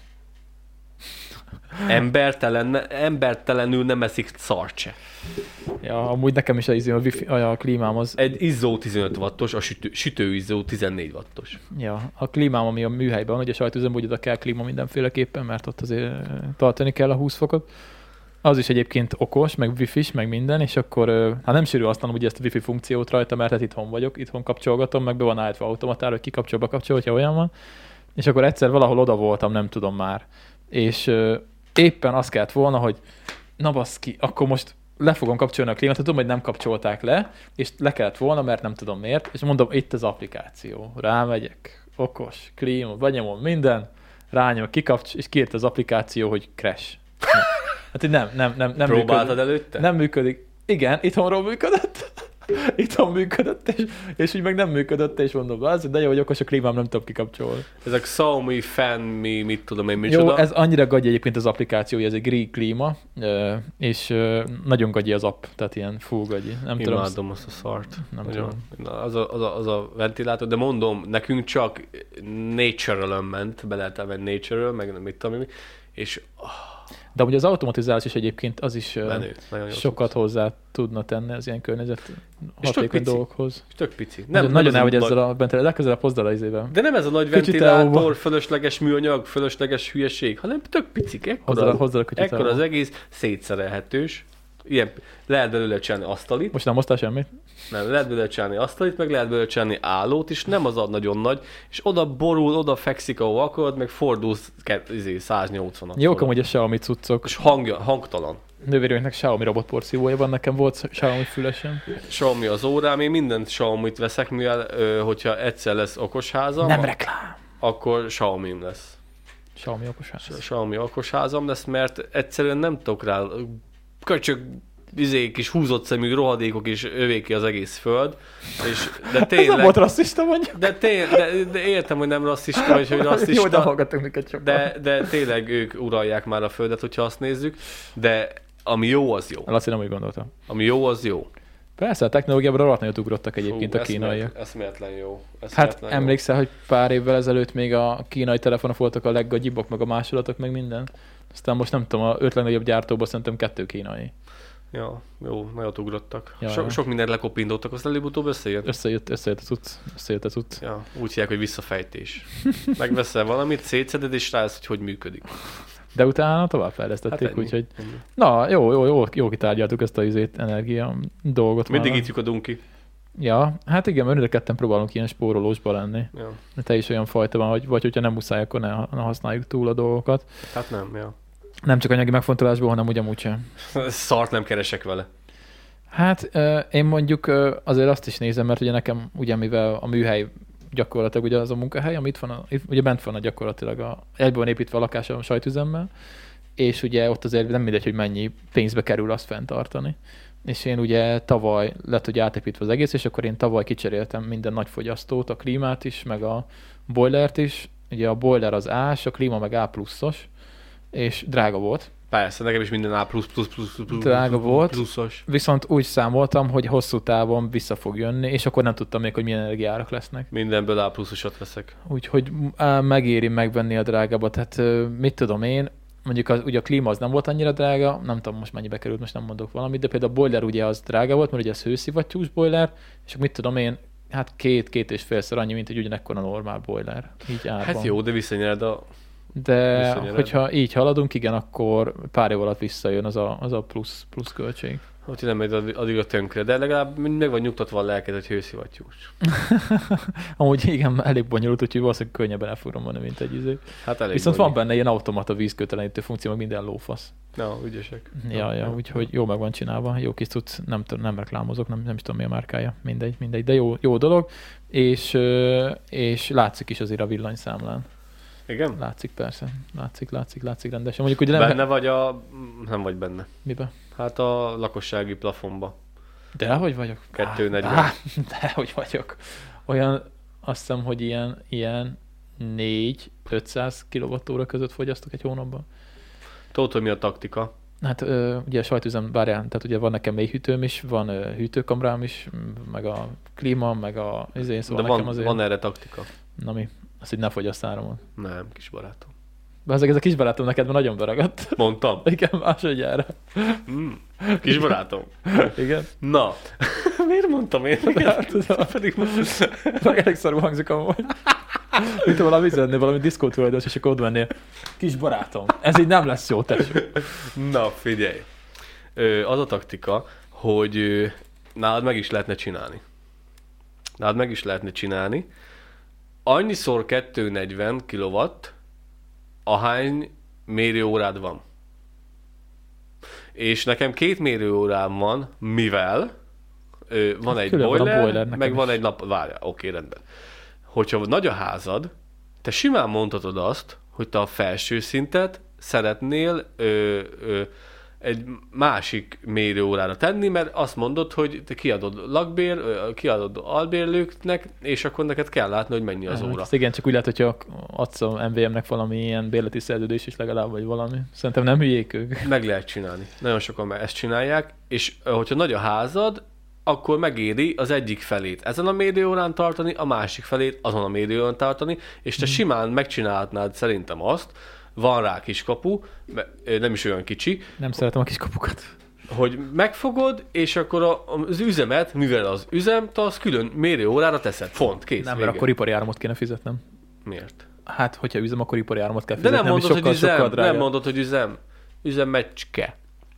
Embertelen, embertelenül nem eszik szart se. Ja, amúgy nekem is a, izé, a, wifi, a klímám az... Egy izzó tizenöt wattos, a sütő, sütőizzó tizennégy wattos. Ja, a klímám, ami a műhelyben van, ugye sajtüzemben úgy oda kell klíma mindenféleképpen, mert ott azért tartani kell a húsz fokot. Az is egyébként okos, meg wifi-s, meg minden, és akkor hát nem sűrű használom ugye ezt a wifi funkciót rajta, mert hát itthon vagyok, itthon kapcsolgatom, meg be van állítva automatára, hogy kikapcsol, bekapcsol, hogyha olyan van. És akkor egyszer valahol oda voltam, nem tudom már. És ö, éppen azt kellett volna, hogy na baszki, akkor most le fogom kapcsolni a klímát, tudom, hogy nem kapcsolták le, és le kellett volna, mert nem tudom miért, és mondom, itt az applikáció, rámegyek, okos, klíma, benyomom minden, rányom, kikapcs, és kiírt az applikáció, hogy crash. Hát így nem, nem, nem, nem Próbáltad működik. előtte? Nem működik. Igen, itthonról működött. Itthon működött, és, és úgy meg nem működött, és mondom, az, de jó, hogy okos a klímám, nem tudom kikapcsolni. Ezek Xiaomi fan, mi, mit tudom én, micsoda. Jó, ez annyira gagyi egyébként az applikáció, hogy ez egy Green klíma, és nagyon gagyi az app, tehát ilyen full gagyi. Nem tudom. Imádom azt a szart. Nem Nagyon. tudom. Az a, az, a, az a ventilátor, de mondom, nekünk csak Natural-ön ment, be lehet elmenni Natural, meg mit tudom én, és oh, de ugye az automatizálás is egyébként az is menő, nagyon jó sokat tudsz. hozzá tudna tenni az ilyen környezet És tök hatékony pici. dolgokhoz. És tök pici. Nem, nagyon nem el, hogy ez a ezzel nagy- a bent legközelebb hozd el az izével. De nem ez a nagy Kicsit ventilátor, elhúva. fölösleges műanyag, fölösleges hülyeség, hanem tök picik. Ekkora, Hozzá, hozzá a kicsit ekkora az egész, szétszerelhetős. Ilyen, lehet belőle csinálni asztalit, Most nem hoztál semmit? nem, lehet belőle csinálni asztalit, meg lehet belőle csinálni állót, és nem az a nagyon nagy, és oda borul, oda fekszik, ahol akarod, meg fordulsz ke- izé, száznyolcvanat. Jók amúgy a Xiaomi cuccok. És hangja, hangtalan. Nővérünknek Xiaomi robotporszívója van, nekem volt Xiaomi fülesem. Xiaomi az órám, én mindent Xiaomi-t veszek, mivel ö, hogyha egyszer lesz okosházam, Nem reklám. akkor Xiaomi lesz. Xiaomi okosház. Xiaomi okosházam lesz, mert egyszerűen nem tudok rá köcsög izé, kis húzott szemű rohadékok, és övéki az egész föld. És, de Ez nem tényleg, volt rasszista mondjuk. de, tény, de, de értem, hogy nem rasszista, vagy hogy Jó, de rasszista, hallgatunk minket sokan. de, de tényleg ők uralják már a földet, hogyha azt nézzük, de ami jó, az jó. Laci, nem úgy gondoltam. Ami jó, az jó. Persze, a technológiában rohadt nagyot ugrottak egyébként Fú, a kínaiak. Eszméletlen jó. Hát Eszméletlen jó. emlékszel, hogy pár évvel ezelőtt még a kínai telefonok voltak a leggagyibbak, meg a másolatok, meg minden. Aztán most nem tudom, a öt legnagyobb gyártóban szerintem kettő kínai. Ja, jó, nagyot ugrottak. Ja, so, ja. sok mindent lekopintottak, aztán előbb-utóbb összejött. Összejött, összejött a cucc. Összejött a cucc. Ja, úgy hívják, hogy visszafejtés. Megveszel valamit, szétszeded, és rájössz, hogy hogy működik. De utána továbbfejlesztették, ennyi, úgyhogy... ennyi. Na, jó, jó, jó, jó kitárgyaltuk ezt a izét, energia dolgot. Mindig már. ítjuk a dunki. Ja, hát igen, mert ketten próbálunk ilyen spórolósba lenni. Ja. De te is olyan fajta van, hogy vagy hogyha nem muszáj, akkor ne, ne használjuk túl a dolgokat. Hát nem, ja. Nem csak anyagi megfontolásból, hanem ugyanúgy sem. Szart nem keresek vele. Hát ö, én mondjuk ö, azért azt is nézem, mert ugye nekem, ugye mivel a műhely gyakorlatilag ugye az a munkahely, ami itt van, a, itt, ugye bent van a gyakorlatilag a, egyből van építve a lakás a sajtüzemmel, és ugye ott azért nem mindegy, hogy mennyi pénzbe kerül azt fenntartani. És én ugye tavaly lett, hogy átépítve az egész, és akkor én tavaly kicseréltem minden nagy fogyasztót, a klímát is, meg a boilert is. Ugye a boiler az A-s, a klíma meg A pluszos, és drága volt. Persze, nekem is minden A plusz, plusz, plusz, plusz, drága volt, pluszos. viszont úgy számoltam, hogy hosszú távon vissza fog jönni, és akkor nem tudtam még, hogy milyen energiárak lesznek. Mindenből A pluszosat veszek. Úgyhogy á, megéri megvenni a drágábbat. Tehát ö, mit tudom én, mondjuk az, ugye a klíma az nem volt annyira drága, nem tudom most mennyibe került, most nem mondok valamit, de például a boiler ugye az drága volt, mert ugye az hőszivattyús boiler, és mit tudom én, hát két, két és félszer annyi, mint egy ugyanekkor a normál boiler. Így árban. Hát jó, de visszanyered a... De visszanyered. hogyha így haladunk, igen, akkor pár év alatt visszajön az a, az a plusz, plusz költség. Hogy nem megy addig, addig a tönkre, de legalább meg van nyugtatva a lelked, hogy hőszivattyús. Amúgy igen, elég bonyolult, úgyhogy valószínűleg könnyebben el fogom mondani, mint egy izé. Hát elég Viszont bonyolult. van benne ilyen automata vízkötelenítő funkció, meg minden lófasz. Na, ügyesek. Ja, ja, úgyhogy jó meg van csinálva, jó kis cucc, nem, t- nem reklámozok, nem, nem is tudom mi a márkája, mindegy, mindegy, de jó, jó dolog, és, ö, és látszik is azért a villanyszámlán. Igen? Látszik persze, látszik, látszik, látszik rendesen. Mondjuk ugye nem... Benne vagy a... Nem vagy benne. Miben? Hát a lakossági plafonba. De hogy vagyok? kettő negyven. Á, de hogy vagyok. Olyan, azt hiszem, hogy ilyen, ilyen négy-ötszáz kilowattóra között fogyasztok egy hónapban. Tudod, hogy mi a taktika? Hát ö, ugye a sajtüzem, várjál, tehát ugye van nekem mélyhűtőm is, van ö, hűtőkamrám is, m- meg a klíma, meg a izé, szóval De nekem van, azért... van erre taktika? Na mi? Azt, hogy ne fogyasz áramot. Nem, kis barátom. Ezek ez a kis barátom neked már nagyon beragadt. Mondtam. Igen, másodjára. Mm. Kis barátom. Igen. Na. Miért mondtam én? Hát, tudom. Pedig meg elég szarul hangzik amúgy. Mint ha valami üzennél, valami diszkó tulajdonos, és akkor ott mennél. Kis barátom, ez így nem lesz jó, tesó. Na, figyelj. Ö, az a taktika, hogy ö, nálad meg is lehetne csinálni. Nálad meg is lehetne csinálni. Annyiszor kétszáznegyven kilowatt, ahány mérőórád van. És nekem két mérőórám van, mivel ö, van egy Külön van a boiler, boiler nekem meg is. van egy nap... Várjál, oké, rendben. Hogyha nagy a házad, te simán mondhatod azt, hogy te a felső szintet szeretnél ö, ö, egy másik mérőórára tenni, mert azt mondod, hogy te kiadod lakbér, ö, kiadod albérlőknek, és akkor neked kell látni, hogy mennyi az óra. Hát, igen, csak úgy lehet, hogyha adsz a em vé em-nek valami ilyen bérleti szerződés is legalább, vagy valami. Szerintem nem hülyék ők. Meg lehet csinálni. Nagyon sokan már ezt csinálják, és ö, hogyha nagy a házad, akkor megéri az egyik felét ezen a mérőórán tartani, a másik felét azon a mérőórán tartani, és te simán megcsinálhatnád szerintem azt, van rá kiskapu, me- nem is olyan kicsi, Nem szeretem a kis kapukat. hogy megfogod, és akkor a, az üzemet, mivel az üzem, te az külön mérőórára teszed. Pont, kész, Nem, vége. mert akkor ipari áramot kéne fizetnem. Miért? Hát, hogyha üzem, akkor ipari áramot kell De fizetnem, nem és mondod, hogy sokkal, üzem, sokkal drágább. nem mondod, hogy üzem. Üzemecske.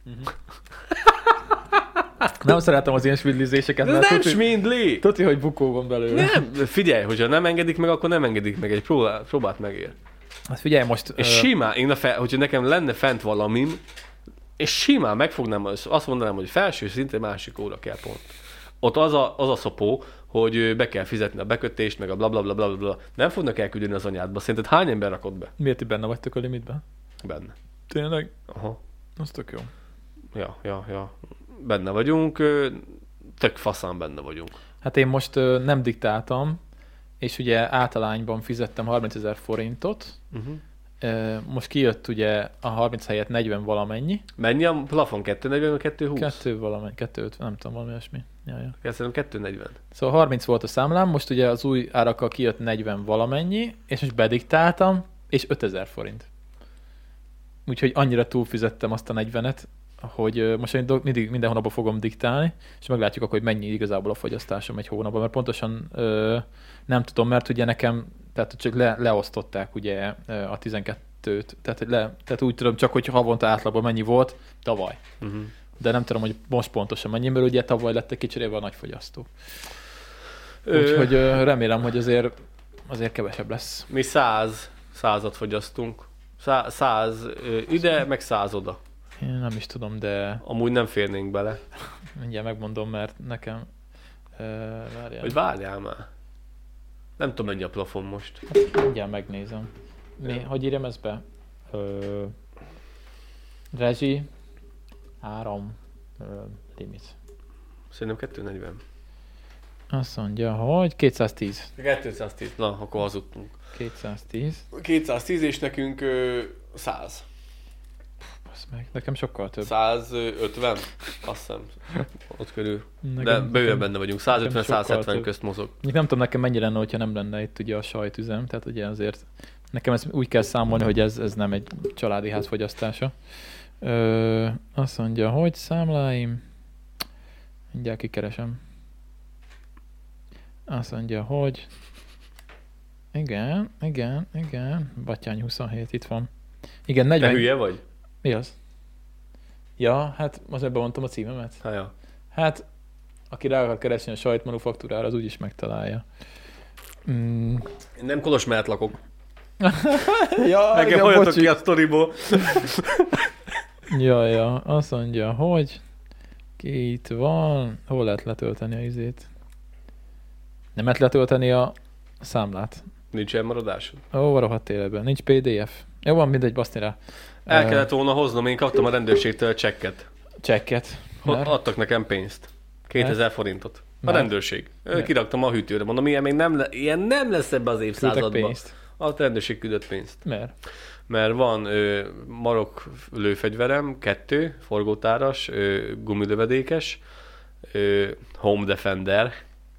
Nem szeretem az ilyen svidlizéseket, Ez mert nem tuti, smindli! tuti, hogy bukó van belőle. Nem, figyelj, hogyha nem engedik meg, akkor nem engedik meg. Egy próbál, próbát megér. Hát figyelj most... És ö, simán, én a fe, hogyha nekem lenne fent valamim, és simán megfognám, az- azt mondanám, hogy felső szinte másik óra kell pont. Ott az a, az a szopó, hogy be kell fizetni a bekötést, meg a blablabla, bla, bla, bla. Nem fognak elküldeni az anyádba. Szerinted hány ember rakott be? Miért ti benne vagytok a limitben? Benne. Tényleg? Aha. Az tök jó. Ja, ja, ja. Benne vagyunk, ö, tök faszán benne vagyunk. Hát én most ö, nem diktáltam, és ugye általányban fizettem harmincezer forintot. Uh-huh. Ö, most kijött ugye a harminc helyett negyven valamennyi. Mennyi a plafon? kettőszáznegyven, kettőszázhúsz? Kettő valamennyi, kettő ötven, nem tudom, valami olyasmi. Ja, ja. Szerintem kettőszáznegyven. Szóval harminc volt a számlám, most ugye az új árakkal kijött negyven valamennyi, és most bediktáltam, és ötezer forint. Úgyhogy annyira túlfizettem azt a negyvenet, hogy ö, most én do- mindig minden hónapban fogom diktálni, és meglátjuk akkor, hogy mennyi igazából a fogyasztásom egy hónapban, mert pontosan ö, nem tudom, mert ugye nekem, tehát csak le, leosztották ugye ö, a tizenkettőt, tehát, hogy le, tehát úgy tudom csak, hogy havonta átlagban mennyi volt tavaly. Uh-huh. De nem tudom, hogy most pontosan mennyi, mert ugye tavaly lettek kicserélve a nagyfogyasztók. Ö, Úgyhogy ö, remélem, hogy azért, azért kevesebb lesz. Mi száz, százat fogyasztunk. Szá, száz ö, ide, meg száz oda. Én nem is tudom, de Amúgy nem férnénk bele. mindjárt megmondom, mert nekem... Uh, várjál. Vagy várjál már. Nem tudom, mennyi a plafon most. Mindjárt megnézem. Mi, hogy írjam ezt be? Ö, rezsi, áram, ö, limit. Szerintem kettőszáznegyven. Azt mondja, hogy kétszáztíz. kétszáztíz. Na, akkor hazudtunk. kétszáztíz. kétszáztíz és nekünk ö, száz. Basz meg, nekem sokkal több. százötven? Azt hiszem. Ott körül. Nekem, De bőven benne vagyunk. százötven-százhetven közt mozog. Nem tudom nekem mennyire lenne, hogyha nem lenne itt ugye a sajtüzem, tehát ugye azért nekem ezt úgy kell számolni, hogy ez, ez nem egy családi ház fogyasztása. Ö, azt mondja, hogy számláim, mindjárt kikeresem. Azt mondja, hogy igen, igen, igen, Batthyány huszonhét, itt van. Igen, negyven... Te hülye vagy? Mi az? Ja, hát azért bemondtam a címemet. Hát, ja. Hát, aki rá akar keresni a sajtmanufaktúrára, az úgyis megtalálja. Mm. Én nem Kolos mellett lakok. Ja, nekem halljatok ki a sztoriból. Ja, ja, azt mondja, hogy ki itt van, hol lehet letölteni a izét? Nem lehet letölteni a számlát. Nincs elmaradásod? Ó, rohadt életben. Nincs pé dé ef. Jó, van, mindegy, baszni rá. El uh, kellett volna hoznom, én kaptam a rendőrségtől a csekket. Csekket. Mert? Adtak nekem pénzt. kétezer forintot. A Mert? rendőrség. Mert? Kiraktam a hűtőre. Mondom, ilyen még nem, le, ilyen nem lesz ebbe az évszázadban. pénzt. A rendőrség küldött pénzt. Miért? Mert van ö, marok lőfegyverem, kettő, forgótáras, ö, gumilövedékes, ö, Home Defender,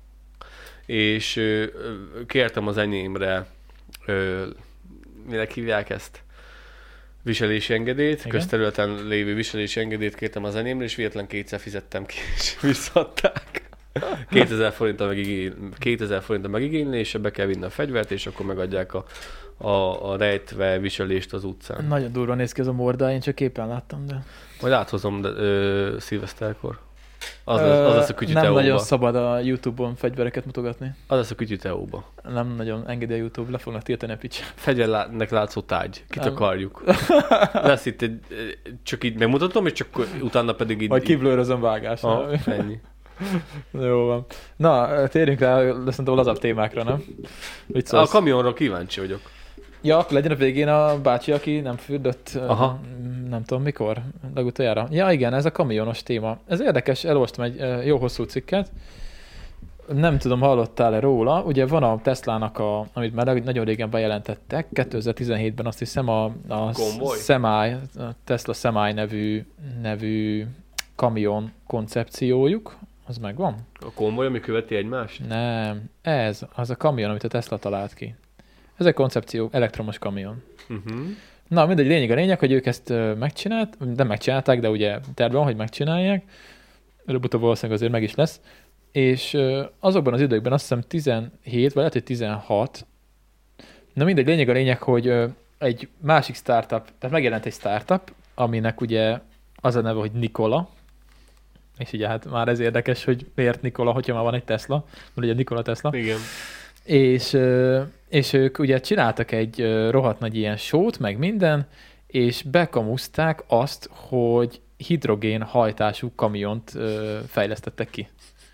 és ö, kértem az enyémre, ö, minek hívják ezt? Viselési engedélyt, igen? Közterületen lévő viselési engedélyt kértem az enyémre, és véletlen kétszer fizettem ki, és visszaadták. kétezer forint a megigény, kétezer forint a megigénylése, be kell vinni a fegyvert, és akkor megadják a, a, a rejtve viselést az utcán. Nagyon durva néz ki ez a morda, én csak képen láttam, de... Majd áthozom de, ö, szilveszterkor. Az, lesz, az lesz a kütyű Nem teóba. nagyon szabad a YouTube-on fegyvereket mutogatni. Az lesz a kütyű teóba. Nem nagyon engedi a YouTube, le fognak tiltani a pics. Fegyvernek látszó tárgy. Kit akarjuk. Lesz itt egy, csak így megmutatom, és csak utána pedig így... Majd kiblőrözöm vágásra. Ha, ennyi. Jó van. Na, térjünk rá, de szerintem lazabb témákra, nem? A kamionra kíváncsi vagyok. Ja, akkor legyen a végén a bácsi, aki nem fürdött, aha. nem tudom mikor, legutoljára. Ja igen, ez a kamionos téma. Ez érdekes, elolvastam egy jó hosszú cikket. Nem tudom, hallottál-e róla. Ugye van a Teslának, a, amit már nagyon régen bejelentettek, kétezer-tizenhétben azt hiszem a, a Semi, a Tesla Semi nevű, nevű kamion koncepciójuk. Az megvan? A konvoj, ami követi egymást? Nem, ez, az a kamion, amit a Tesla talált ki. Ez egy koncepció, elektromos kamion. Uh-huh. Na, mindegy, lényeg a lényeg, hogy ők ezt megcsinált, nem megcsinálták, de ugye tervben, hogy megcsinálják. Előbb-utóbb valószínűleg azért meg is lesz. És azokban az időkben azt hiszem tizenhét, vagy lehet, hogy tizenhat. Na mindegy, lényeg a lényeg, hogy egy másik startup, tehát megjelent egy startup, aminek ugye az a neve, hogy Nikola. És ugye hát már ez érdekes, hogy miért Nikola, hogyha már van egy Tesla. Mert ugye Nikola Tesla. Igen. És, és ők ugye csináltak egy rohadt nagy ilyen sót, meg minden, és bekamuszták azt, hogy hidrogén hajtású kamiont fejlesztettek ki.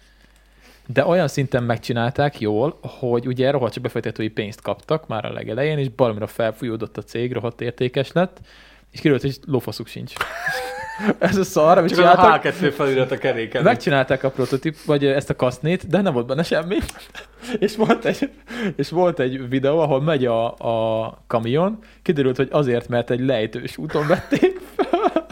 De olyan szinten megcsinálták jól, hogy ugye rohadt csak befektetői pénzt kaptak már a legelején, és baromira felfújódott a cég, rohadt értékes lett, és kiderült, hogy lófaszuk sincs. Ez a szar, amit csak csináltak. a há kettő felirat a keréken. Megcsinálták a prototip, vagy ezt a kasznét, de nem volt benne semmi. és, volt egy, és volt egy videó, ahol megy a, a kamion, kiderült, hogy azért, mert egy lejtős úton vették fel.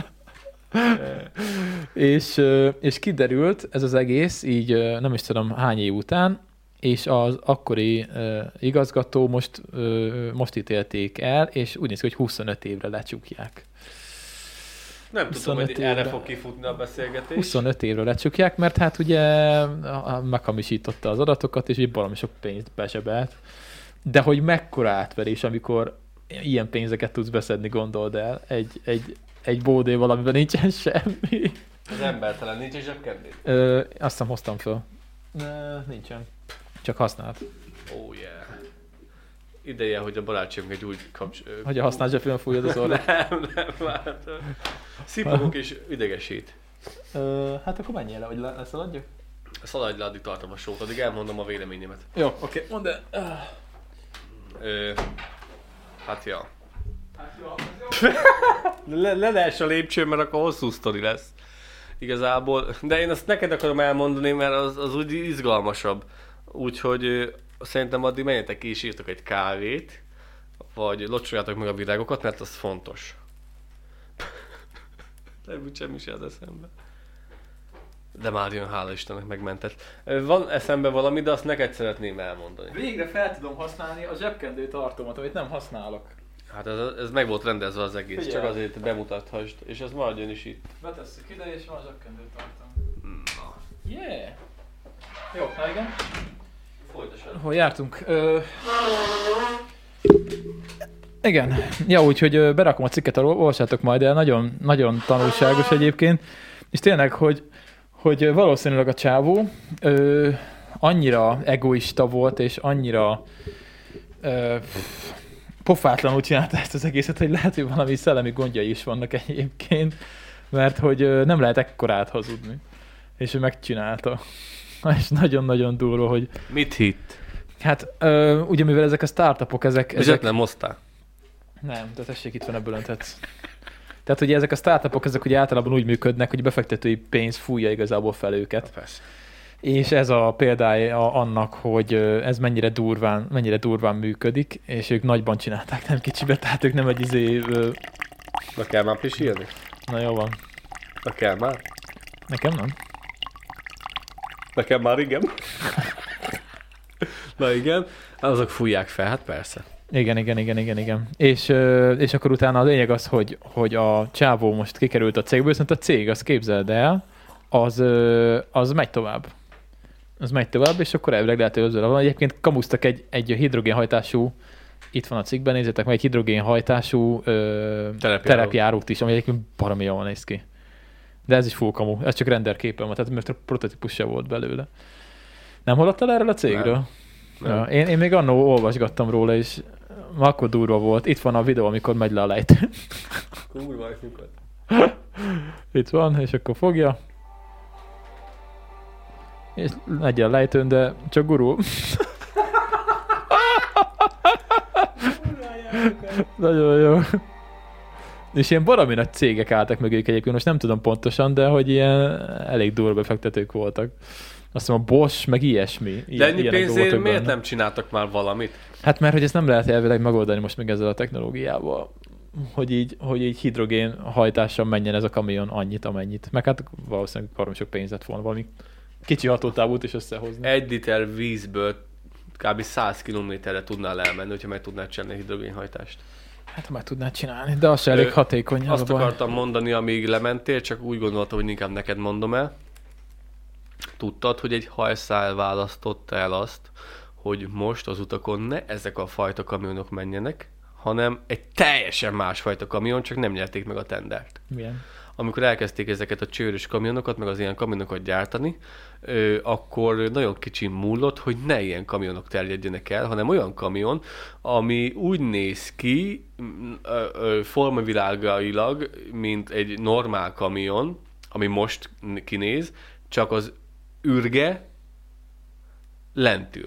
és, és kiderült ez az egész, így nem is tudom hány év után, és az akkori uh, igazgató most, uh, most ítélték el, és úgy néz ki, hogy huszonöt évre lecsukják. Nem tudom, hogy évre erre fog kifutni a beszélgetés. huszonöt évre lecsukják, mert hát ugye meghamisította az adatokat, és így valami sok pénzt besebelt. De hogy mekkora átverés, amikor ilyen pénzeket tudsz beszedni, gondold el, egy, egy, egy bódé valamiben nincsen semmi. Az embertelen nincs és zsebkendé? Azt hiszem hoztam föl. Ne, nincsen. Csak használt. Oh yeah. Ideje, hogy a barátságunk egy úgy kapcs... Hogy a használt zsebkendén fújod az orrát. nem, nem, már. Szipogok és idegesít. Ö, hát akkor menjél le, hogy le, leszaladjuk? Szaladj le, addig tartom a sót, addig elmondom a véleményemet. Jó, oké, okay. mondd el. Ö, hát ja. Hát ja. le, le leess a lépcsőn, mert akkor hosszú sztori lesz. Igazából. De én azt neked akarom elmondani, mert az, az úgy izgalmasabb. Úgyhogy szerintem addig menjetek ki és írtok egy kávét, vagy locsoljátok meg a virágokat, mert az fontos. Nem jut semmi se az eszembe. De már jön, hála Istennek megmentett. Van eszembe valami, de azt neked szeretném elmondani. Végre fel tudom használni a zsebkendő tartómat, amit nem használok. Hát ez, ez meg volt rendezve az egész, Figyelj. csak azért bemutathasd, és ez maradjon is itt. Betesszük ide, és van a zsebkendő tartom. Na, Yeah! Jó, na igen. folytassad. Hol jártunk? Ö... Igen, ja, úgyhogy ö, berakom a cikket, olvassátok majd el, nagyon, nagyon tanulságos egyébként. És tényleg, hogy, hogy valószínűleg a csávó ö, annyira egoista volt, és annyira ö, pofátlanul csinálta ezt az egészet, hogy lehet, hogy valami szellemi gondjai is vannak egyébként, mert hogy ö, nem lehet ekkorát hazudni. És ő megcsinálta. És nagyon-nagyon durva, hogy... Mit hitt? Hát, ö, ugye mivel ezek a startupok, ezek... Ezek... ezek... nem hoztál? Nem, de tessék, itt van ebből önthetsz. Tehát ugye ezek a startupok, ezek ugye általában úgy működnek, hogy befektetői pénz fújja igazából fel őket. Persze. És ez a példája annak, hogy ez mennyire durván, mennyire durván működik, és ők nagyban csinálták, nem kicsibe, tehát ők nem egy izé... Ö... Na kell már pisilni? Na jó van. Na kell már? Nekem nem. Nekem már igen. Na igen, azok fújják fel, hát persze. Igen, igen, igen, igen, igen. És, ö, és akkor utána a lényeg az, hogy, hogy a csávó most kikerült a cégből, viszont a cég, azt képzeld el, az, ö, az megy tovább. Az megy tovább, és akkor elvileg lehet, hogy van. Egyébként kamusztak egy, egy hidrogénhajtású, itt van a cikkben, nézzétek meg, egy hidrogénhajtású ö, Terepjáró. terepjárót is, ami egyébként baromi jól néz ki. De ez is full kamu, ez csak render képen van, tehát mert prototípus se volt belőle. Nem hallottál erről a cégről? Nem. Nem. Ja, én, én még annó olvasgattam róla, és ma akkor durva volt. Itt van a videó, amikor megy le a lejtőn. Kurva, és mikor? Itt van, és akkor fogja. És megy a lejtőn, de csak gurul. Nagyon jó. És ilyen baromi nagy cégek álltak mögük egyébként, most nem tudom pontosan, de hogy ilyen elég durva befektetők voltak. Azt mondom, a Bosch, meg ilyesmi. De ennyi pénzért miért benne. nem csináltak már valamit? Hát mert hogy ezt nem lehet elvileg megoldani most még ezzel a technológiával, hogy így, hogy így hidrogén hajtással menjen ez a kamion annyit, amennyit. Meg hát valószínűleg baromi sok pénz lett volna valami kicsi hatótávút is összehozni. Egy liter vízből kb. száz kilométerre tudnál elmenni, hogyha meg tudnád csinálni hidrogénhajtást. Hát ha meg tudnád csinálni, de az se elég Ö, hatékony. Azt az a baj. akartam mondani, amíg lementél, csak úgy gondoltam, hogy inkább neked mondom el. Tudtad, hogy egy hajszál választotta el azt, hogy most az utakon ne ezek a fajta kamionok menjenek, hanem egy teljesen másfajta kamion, csak nem nyerték meg a tendert. Milyen? Amikor elkezdték ezeket a csőrös kamionokat, meg az ilyen kamionokat gyártani, ö, akkor nagyon kicsi múlott, hogy ne ilyen kamionok terjedjenek el, hanem olyan kamion, ami úgy néz ki ö, ö, formavilágailag, mint egy normál kamion, ami most kinéz, csak az ürge lentül.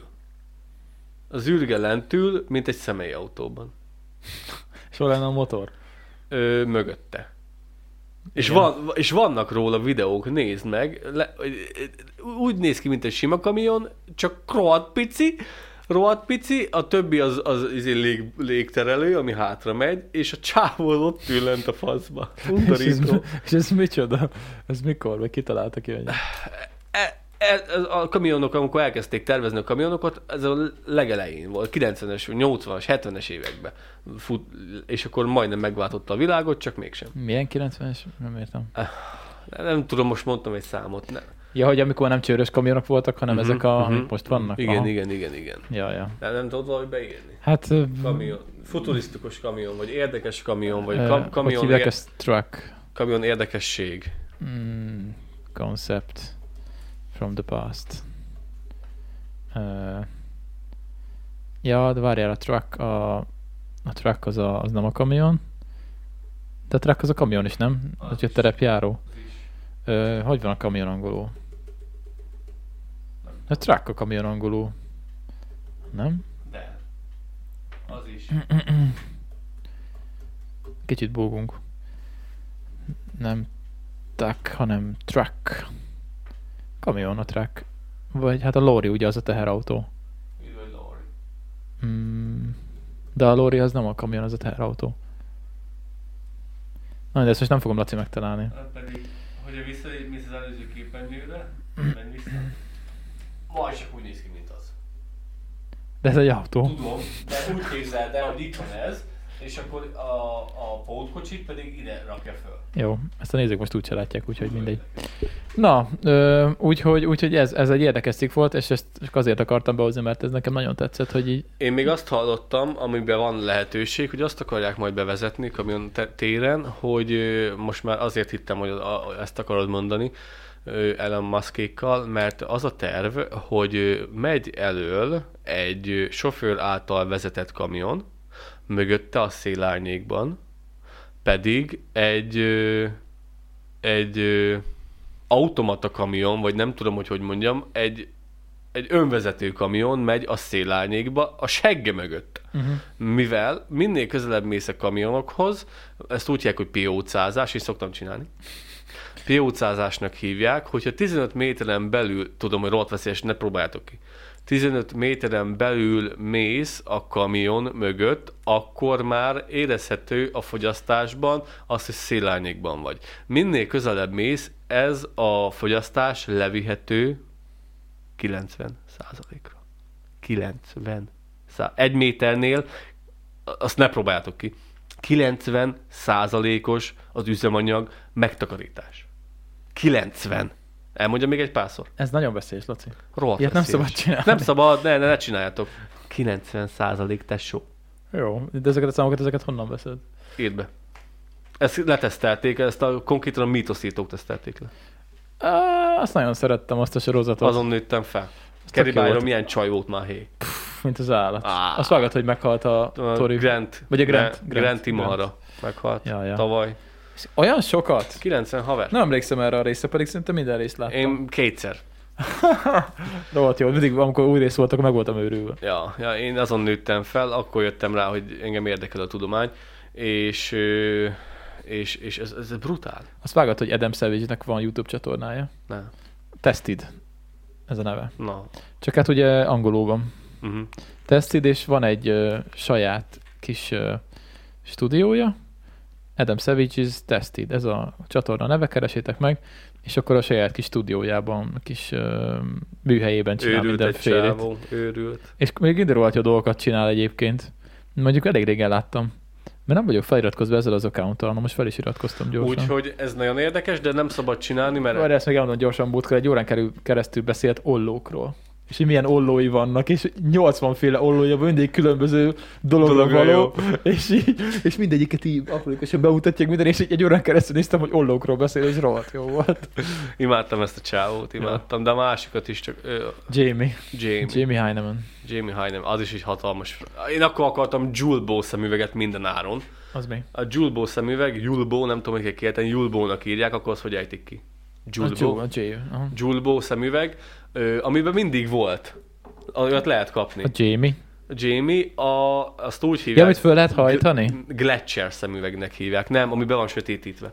Az ürge lentül, mint egy személyautóban. És hol lenne a motor? Ö, mögötte. És, Igen. van, és vannak róla videók, nézd meg. Le, úgy néz ki, mint egy sima kamion, csak rohadt pici, rohadt pici, a többi az, az, az lég, légterelő, ami hátra megy, és a csávó ott ül lent a faszba. És ez, Undorító. és ez micsoda? Ez mikor? Vagy kitalálta ki? Hogy... E, e, a kamionok, amikor elkezdték tervezni a kamionokat, ez a legelején volt, kilencvenes, nyolcvanas, hetvenes években fut, és akkor majdnem megváltotta a világot, csak mégsem. Milyen kilencvenes? Nem értem. Nem, nem tudom, most mondtam egy számot. Nem. Ja, hogy amikor nem csőrös kamionok voltak, hanem Mhm, ezek, a, mhm. amik most vannak? Igen, Aha. igen, igen, igen. Ja, ja. Nem, nem tudod valahogy beírni? Hát... ö, Kamion, futurisztikus kamion, vagy érdekes kamion, vagy ö, kam, hogy kamion, hívják ér, ezt? Truck. kamion érdekesség. Mm, concept from the past. Uh, ja, de várjál, a truck, a, a truck az, a, az nem a kamion. De a truck az a kamion is, nem? Az Az a is. terepjáró. Uh, hogy van a kamion angolul? A truck a kamion angolul. Nem? De. Az is. Kicsit bógunk. Nem truck, hanem truck. Kamion a truck. Vagy hát a lorry ugye az a teherautó. Vagy lorry. Mm, de a lorry az nem a kamion, az a teherautó. Na, de ezt most nem fogom Laci megtalálni. Hát pedig, hogyha visszamész az előző képernyőre, menj vissza. Majd csak úgy néz ki, mint az. De ez egy autó. Tudom, de úgy képzeld el, hogy itt van ez, és akkor a, a pótkocsit pedig ide rakja föl. Jó, ezt a nézők most úgy se látják, úgyhogy mindegy. Na, ö, úgyhogy, úgyhogy ez, ez egy érdekes cikk volt, és ezt csak azért akartam behozni, mert ez nekem nagyon tetszett, hogy így... Én még azt hallottam, amiben van lehetőség, hogy azt akarják majd bevezetni kamion téren, hogy ö, most már azért hittem, hogy a, a, ezt akarod mondani ö, Elon Muskékkal, mert az a terv, hogy ö, megy elől egy ö, sofőr által vezetett kamion, mögötte a szélárnyékban pedig egy ö, egy ö, automata kamion, vagy nem tudom, hogy hogy mondjam, egy, egy önvezető kamion megy a szélárnyékba a segge mögött. Uh-huh. Mivel minél közelebb mész a kamionokhoz, ezt úgy hívják, hogy piócázás, és szoktam csinálni. Piócázásnak hívják, hogyha tizenöt méteren belül, tudom, hogy rohadt veszélyes, ne próbáljátok ki, tizenöt méteren belül mész a kamion mögött, akkor már érezhető a fogyasztásban az, hogy szélárnyékban vagy. Minél közelebb mész, ez a fogyasztás levihető kilencven százalékra. kilencven százalék. Egy méternél, azt ne próbáljátok ki, kilencven százalékos az üzemanyag megtakarítás. kilencven. Elmondja még egy párszor. Ez nagyon veszélyes, Laci. Rohadt Ilyet nem veszélyes. szabad csinálni. Nem szabad, ne, ne, ne csináljátok. kilencven százalék tesó. Jó, de ezeket a számokat, ezeket honnan veszed? Írd be. Ezt letesztelték, ezt a konkrétan a mítoszítók tesztelték le. Á, azt nagyon szerettem, azt a sorozatot. Azon nőttem fel. tök Kerry jó Byron volt. milyen csaj volt már, hé. Pff, mint az állat. Á. Azt vágod, hogy meghalt a, A Tori. Grant. Vagy a Grant. Grant, Grant Imahara meghalt Ja, ja. tavaly. Olyan sokat? kilencven haver. Nem emlékszem erre a részre, pedig szerintem minden részt láttam. Én kétszer. Rohadt jó, mindig amikor új rész volt, akkor meg voltam őrülve. Ja, ja, én azon nőttem fel, akkor jöttem rá, hogy engem érdekel a tudomány, és, ö, és, és ez, ez brutál. Azt vágod, hogy Adam Savage-nek van YouTube csatornája. Nem. Tested. Ez a neve. Na. Csak hát ugye angolul van. Uh-huh. Tested, és van egy uh, saját kis uh, stúdiója. Adam Savage is Tested. Ez a csatorna neve, keresétek meg. És akkor a saját kis stúdiójában, a kis uh, műhelyében csinál Őrült egy mindenfélét. csávó, őrült. És még időrohadt jó dolgokat csinál egyébként. Mondjuk elég régen láttam. Mert nem vagyok feliratkozva ezzel az accounttal, na most fel is iratkoztam gyorsan. Úgyhogy ez nagyon érdekes, de nem szabad csinálni, mert... Várj, ezt meg elmondom gyorsan, múltkor egy órán kerül, keresztül beszélt ollókról. És hogy milyen ollói vannak, és nyolcvan féle ollója van, mindig különböző dologra Dologra való, és, így, és mindegyiket így aprólékosan bemutatják minden, és egy órán keresztül néztem, hogy ollókról beszél, és rohadt jó volt. Imádtam ezt a csávót, imádtam, de a másikat is csak... Ö, Jamie. Jamie. Jamie Heineman. Jamie Hynem, az is egy hatalmas... Én akkor akartam Julbo szemüveget minden áron. Az mi? A Julbo szemüveg, Julbo, nem tudom, hogy kell kiejteni, Julbónak írják, akkor az hogy ejtik ki? A Julbo. Joe, a Jay. Aha. Julbo szemüveg, ö, amiben mindig volt. Olyat lehet kapni. A Jamie. A Jamie, a, azt úgy hívják... Ja, amit föl lehet hajtani? Gl- Gletscher szemüvegnek hívják. Nem, ami be van sötétítve.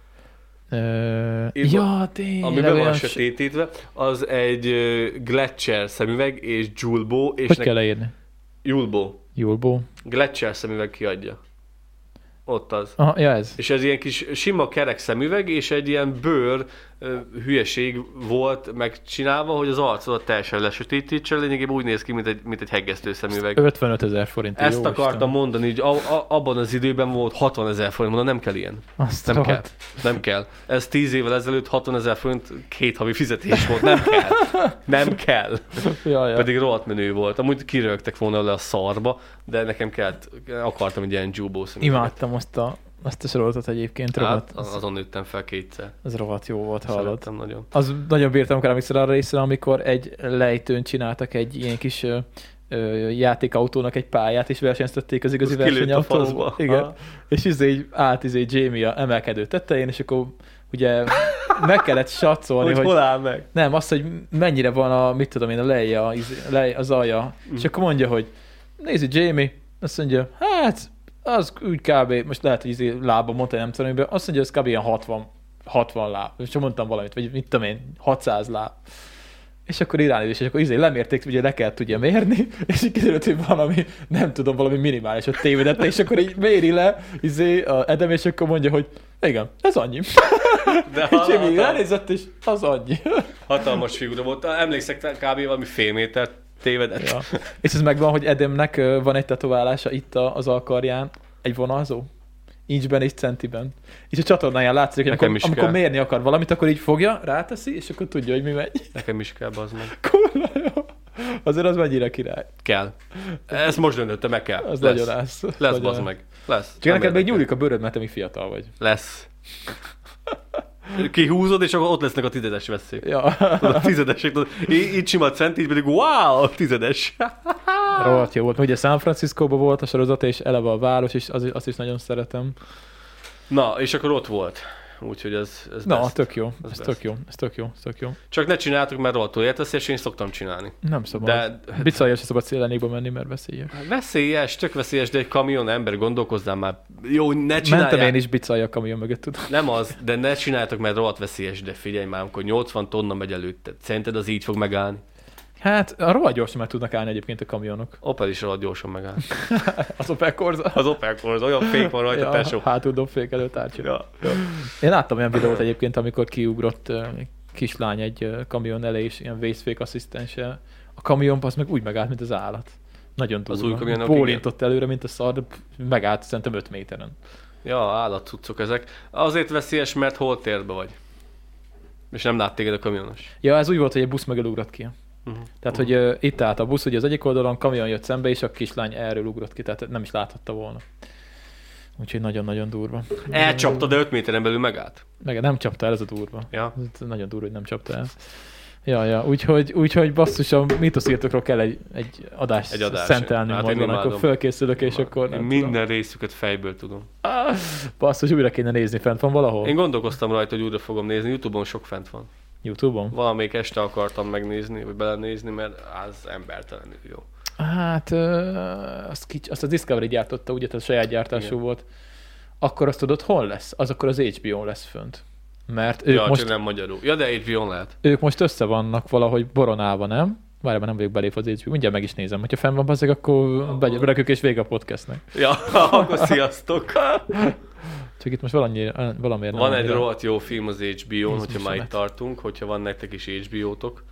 Ö... Itt Ja, tényleg. Ami be van olyan sötétítve, az egy ö, Gletscher szemüveg és Julbo. És Hogy nek- kell leírni? Julbo. Julbo. Gletscher szemüveg kiadja. Ott az. Aha, ja ez. És ez ilyen kis sima kerek szemüveg, és egy ilyen bőr ö, hülyeség volt megcsinálva, hogy az arcodat teljesen lesötétítse, lényegében úgy néz ki, mint egy, mint egy heggesztő szemüveg. ötvenöt ezer forint. Ezt jó akartam Isten. mondani, hogy a, a, abban az időben volt hatvan ezer forint, mondom, nem kell ilyen. Azt Nem rohadt. kell. Nem kell. Ez tíz évvel ezelőtt hatvan ezer forint két havi fizetés volt. Nem kell. Nem kell. Ja, ja. Pedig rohadt menő volt. Amúgy kirögtek volna le a szarba, de nekem kellett, akartam egy ilyen Jumbo szemüveget. Imádtam azt a, azt a sorozatot egyébként. Hát, Rohadt, az- az, azon nőttem fel kétszer. az rohadt jó volt, hallott. Szerettem nagyon. Az nagyon bírtam, amikor emlékszel arra részre, amikor egy lejtőn csináltak egy ilyen kis ö, ö, játékautónak egy pályát, és versenyeztették az igazi Azt kilőtt a versenyautóba. faszba. Igen. Aha. És izé így állt izé Jamie a emelkedő tetején, és akkor ugye meg kellett satszolni, Hogy hogy, hol áll meg? nem, azt, hogy mennyire van a, mit tudom én, a leje, a, izé- lej, az alja. Mm. És akkor mondja, hogy nézd, Jamie, azt mondja, hát az úgy kb. Most lehet, hogy izé lába mondta, nem tudom, de azt mondja, az kb. Ilyen hatvan, hatvan láb. És csak mondtam valamit, vagy mit tudom én, hatszáz láb. és akkor irányítás, és akkor izé lemérték, ugye le kell tudja mérni, és így kiderült, hogy valami, nem tudom, valami minimálisat tévedett, és akkor így méri le, izé, a Edem, és akkor mondja, hogy igen, ez annyi. De és Jimmy ránézett, és az annyi. Hatalmas figura volt. Emlékszek, kb. Valami fél méter tévedett. Ja. És ez megvan, hogy Edemnek van egy tetoválása itt az alkarján, egy vonalzó. Incsben és centiben. És a csatornáján látszik, hogy amikor, amikor mérni akar valamit, akkor így fogja, ráteszi, és akkor tudja, hogy mi megy. Nekem is kell, bazd meg. Kurva jó. Azért az mennyire király. Kell. Ezt most döntöttem, meg kell. Az lesz. Nagyon lesz. Lesz, bazd meg. Lesz. Csak neked még nyúlik a bőröd, mert te még fiatal vagy. Lesz. Kihúzod, és akkor ott lesznek a tizedes veszélyek. Ja. A tizedesek. Így sima cent, így pedig wow, tizedes. Rohadt jó volt. Ugye San Franciscóban volt a sorozat, és eleve a város, és az, azt is nagyon szeretem. Na, és akkor ott volt. Úgyhogy ez, ez Na, best. tök jó. Ez, ez best. tök jó. Ez tök jó. Ez tök jó. Csak ne csináljátok, mert rohadtul értesz, és én szoktam csinálni. Nem szabad. De... Bicajjal se szabad szélenékbe menni, mert veszélyes. Veszélyes, tök veszélyes, de egy kamion ember, gondolkozzál már. Jó, ne csinálják. Mentem én is bicajjal a kamion mögött, tudom. Nem az, de ne csináljátok, mert rohadt veszélyes, de figyelj már, amikor nyolcvan tonna megy előtted. Szerinted az így fog megállni? Hát, a rohadt gyorsan meg tudnak állni egyébként a kamionok. Opel is rohadt gyorsan megáll. Az Opel Corsa. Az Opel Corsa, olyan fék van rajta, ja, tesó. Hátul dobfék előtt átcsinál. Ja, ja. Én láttam olyan videót egyébként, amikor kiugrott uh, kislány egy uh, kamion elé, és ilyen vészfék asszisztense. A kamionban az meg úgy megállt, mint az állat. Nagyon durva. Az új kamionok, bólintott előre, mint a szar, de megállt szerintem öt méteren. Ja, állatcuccok ezek. Azért veszélyes, mert hol térbe vagy. És nem lát téged a kamionos. Ja, ez úgy volt, hogy egy busz meg elugrott ki. Uh-huh. Tehát, uh-huh. hogy uh, itt állt a busz, ugye az egyik oldalon, kamion jött szembe, és a kislány erről ugrott ki, tehát nem is láthatta volna. Úgyhogy nagyon-nagyon durva. Elcsapta, de öt méteren belül megállt. Meg nem csapta el, ez a durva. Ja. Ez nagyon durva, hogy nem csapta el. Ja, ja, úgyhogy, úgyhogy basszus, a mitoszírtokról kell egy, egy adást egy adás. szentelni Hát majd van, akkor fölkészülök, és imádom. akkor nem Én tudom. minden részüket fejből tudom. Ah, basszus, újra kéne nézni, fent van valahol? Én gondolkoztam rajta, hogy újra fogom nézni, YouTube-on sok fent van. YouTube-on? Valamelyik este akartam megnézni, vagy belenézni, mert az embertelenül jó. Hát, uh, azt, kics- azt a Discovery gyártotta, ugye, tehát saját gyártású Igen. volt. Akkor azt tudod, hol lesz? Az akkor az há bé ó lesz fönt. Mert ők, Ja, most, csak nem magyarul. Ja, de há bé ó-n lehet. ők most össze vannak valahogy Boronálva, nem? Várjál, nem vagyok belép az há bé ó. Mindjárt meg is nézem. Hogyha fenn van, bazzeg, akkor berakjuk és vége a podcastnek. Ja, akkor sziasztok! Csak itt most valami, valamiért Van nem egy annyira. rohadt jó film az há bé ó-n, hogyha már itt Jézusomet. tartunk, hogyha van nektek is há bé ó-tok.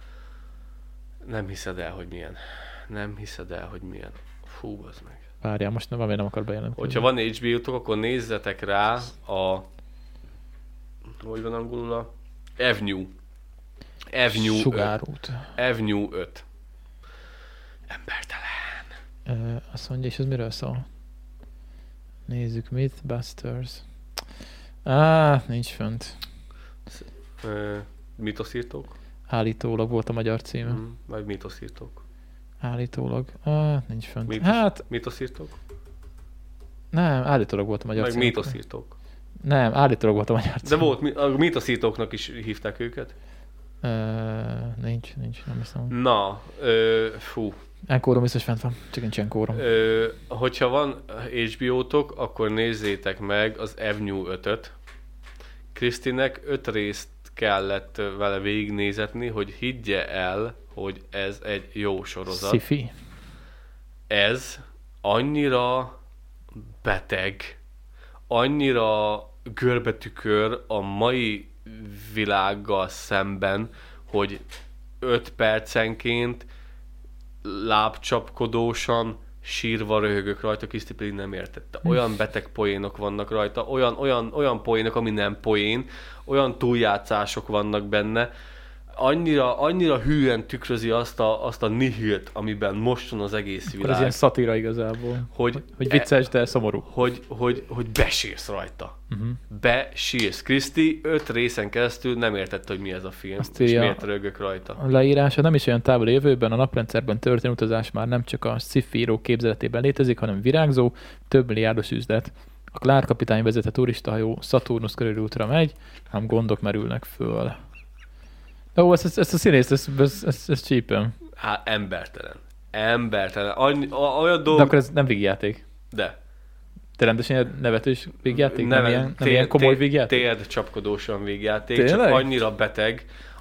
Nem hiszed el, hogy milyen. Nem hiszed el, hogy milyen. Fú, az meg. Várjál, most nem, valami nem akar bejelenteni. Hogyha van há bé ó-tok, akkor nézzetek rá a... Hogy van angolul a... Avenue. Avenue öt. Sugárút. Avenue öt. Embertelen. Ö, azt mondja, és ez miről szól? Nézzük, Mythbusters. Á, nincs fönt. Ö, Mitoszírtók? Állítólag volt a magyar címe. Mm, vagy mitoszírtók. Állítólag. Á, nincs fönt. Mítosz, Hát, mitoszírtók? Nem, állítólag volt a magyar Meg címe. mitoszírtók. Nem, állítólag volt a magyar De címe. volt, mi- a mitoszírtóknak is hívták őket. Ö, nincs, nincs, nem hiszem. Na, ö, fú. Enkórom biztos fent van, csak nincs enkórom. Ö, hogyha van há bé ó-tok, akkor nézzétek meg az Avenue ötöt. Krisztinek öt részt kellett vele végignézetni, hogy higgye el, hogy ez egy jó sorozat. Sci-fi. Ez annyira beteg, annyira görbetükör a mai világgal szemben, hogy öt percenként lábcsapkodósan sírva röhögök rajta, Kriszti pedig nem értette. Olyan beteg poénok vannak rajta, olyan, olyan, olyan poénok, ami nem poén, olyan túljátszások vannak benne, annyira, annyira hűen tükrözi azt a, azt a nihilt, amiben most van az egész Akkor világ. ez ilyen szatíra igazából. Hogy, Hogy vicces, de szomorú. hogy, hogy, hogy besírsz rajta. Uh-huh. Besírsz. Kriszti öt részen keresztül nem értette, hogy mi ez a film, Azt és írja- miért rögök rajta. A leírása nem is olyan távol a jövőben, a naprendszerben történő utazás már nem csak a sci-fi írók képzeletében létezik, hanem virágzó, több milliárdos üzlet. A Clark kapitány vezetett turistahajó Saturnus körülútra megy, ám gondok merülnek föl. Ó, ezt, ezt, ezt a színészt, ezt, ezt, ezt, ezt csípem. Hát embertelen. Embertelen. Annyi, a, olyan De dolgok... akkor ez nem végjáték. De. De rendesen ilyen nevetős végjáték? Nem, Neve- ilyen, nem tér- ilyen komoly tér- végjáték? Térd csapkodósan végjáték, Tényleg? csak annyira beteg,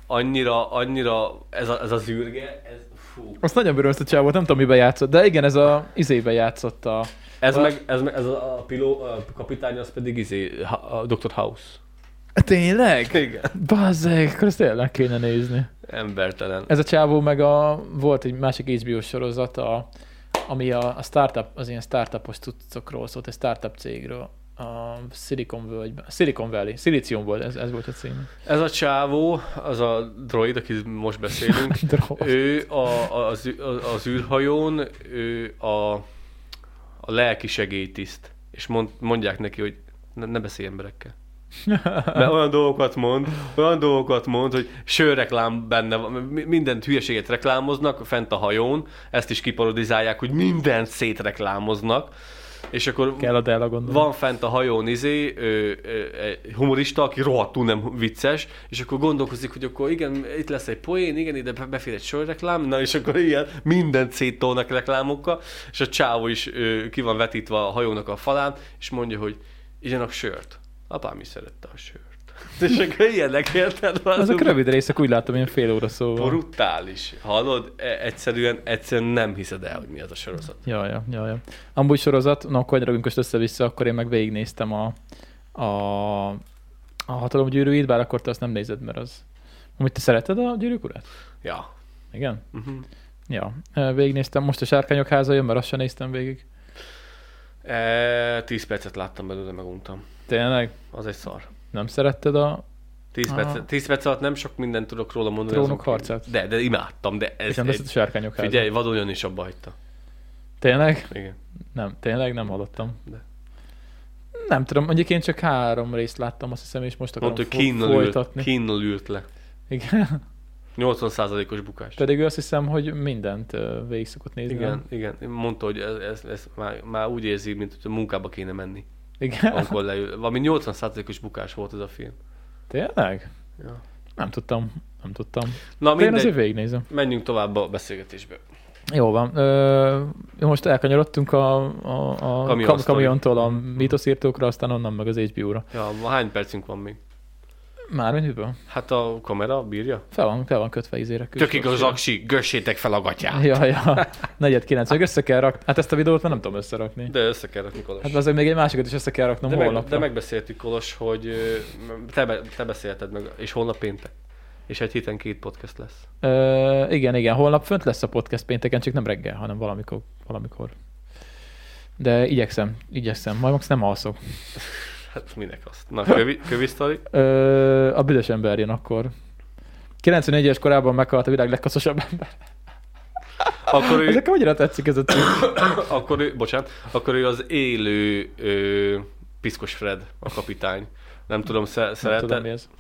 annyira, annyira ez, a, ez az űrge, ez fú. Azt nagyon bírom ezt a csávot, nem tudom, miben játszott, de igen, ez a izébe játszott a... Ez a... meg, ez, meg, ez a, a, piló, a kapitány, az pedig izé, a doktor House. Tényleg? Igen. Bazzeg, akkor ezt tényleg kéne nézni. Embertelen. Ez a csávó meg a... Volt egy másik há bé ó sorozat, a, ami a, a startup, az ilyen startupos cuccokról szólt, egy startup cégről. A Silicon Valley, Silicon Valley, Silicium volt, ez, ez volt a cím. Ez a csávó, az a droid, akit most beszélünk, ő a, az, az űrhajón, ő a, a lelki segélytiszt, és mond, mondják neki, hogy ne, ne beszélj emberekkel. Mert olyan dolgokat mond, olyan dolgokat mond, hogy sörreklám benne van, mindent hülyeséget reklámoznak fent a hajón, ezt is kiparodizálják, hogy mindent szétreklámoznak, és akkor van fent a hajón izé, ö, ö, ö, humorista, aki rohadtul nem vicces, és akkor gondolkozik, hogy akkor igen, itt lesz egy poén, igen, ide befér egy sörreklám, na és akkor ilyen mindent széttolnak reklámokkal, és a csávó is ö, ki van vetítve a hajónak a falán, és mondja, hogy igyanak sört. Apám is szerette a sört. És akkor ilyenek, érted? Azok rövid részek, úgy látom, ilyen fél óra szóval. Brutális. Hallod? Egyszerűen, egyszerűen nem hiszed el, hogy mi az a sorozat. Ja, ja, ja, ja. Amúgy sorozat, na akkor ragadjunk most össze-vissza, akkor én meg végignéztem a, a, a Hatalom gyűrűit, bár akkor te azt nem nézed, mert az... Amúgy te szereted a Gyűrűk urát? Ja. Igen? Uh-huh. Ja. Végignéztem, most a Sárkányok háza jön, mert azt sem néztem végig. E, tíz percet láttam belőle, meguntam. Tényleg? Az egy szar. Nem szeretted a... Tíz perc, tíz perc alatt nem sok mindent tudok róla mondani. Trónok harcát? De, de imádtam, de ez nem egy... a Sárkányok háza. Figyelj, vadonyan is abba hagyta. Tényleg? Igen. Nem, tényleg nem hallottam. De. Nem tudom, mondjuk én csak három részt láttam, azt hiszem, és most akarom Mondta, fo- kínnal folytatni. Ült, kínnal ült le. Igen. nyolcvan százalékos bukás. Pedig ő azt hiszem, hogy mindent végig szokott nézni. Igen, igen. Mondta, hogy ez, ez, ez már, már úgy érzi, mint hogy a munkába kéne menni. Igen. Amikor leül. Valami nyolcvan százalékos bukás volt ez a film. Tényleg? Ja. Nem tudtam, nem tudtam. Na mindegy, én azért végignézem. Menjünk tovább a beszélgetésbe. Jó van. Ö, most elkanyarodtunk a, a, a Kamion kam- kamiontól a mítoszírtókra, aztán onnan meg az há bé ó-ra. Ja, hány percünk van még? Már mennyiből? Hát a kamera bírja? Fel van, fel van kötve izére. Tök igaz, aksi, gössétek fel a gatyát. Ja, ja. Negyed kilenc, meg össze kell rakni. Hát ezt a videót már nem tudom összerakni. De össze kell rakni, Kolos. Hát azért még egy másikat is össze kell raknom de holnapra. Meg, de megbeszéltük, Kolos, hogy te, be, te beszélted meg, és holnap péntek. És egy héten két podcast lesz. Ö, igen, igen, holnap fönt lesz a podcast pénteken, csak nem reggel, hanem valamikor. valamikor. De igyekszem, igyekszem. Majd most nem alszok. Hát minek azt? Na, kövi, kövi sztori? Ö, a büdös ember jön akkor. kilencvennégy éves korában meghalt a világ legkaszosabb ember. Akkor ő... Ezek annyira tetszik ez a cím. akkor ő, bocsánat, akkor ő az élő ö, Piszkos Fred, a kapitány. Nem tudom, sze- szereted? Nem tudom, mi ez.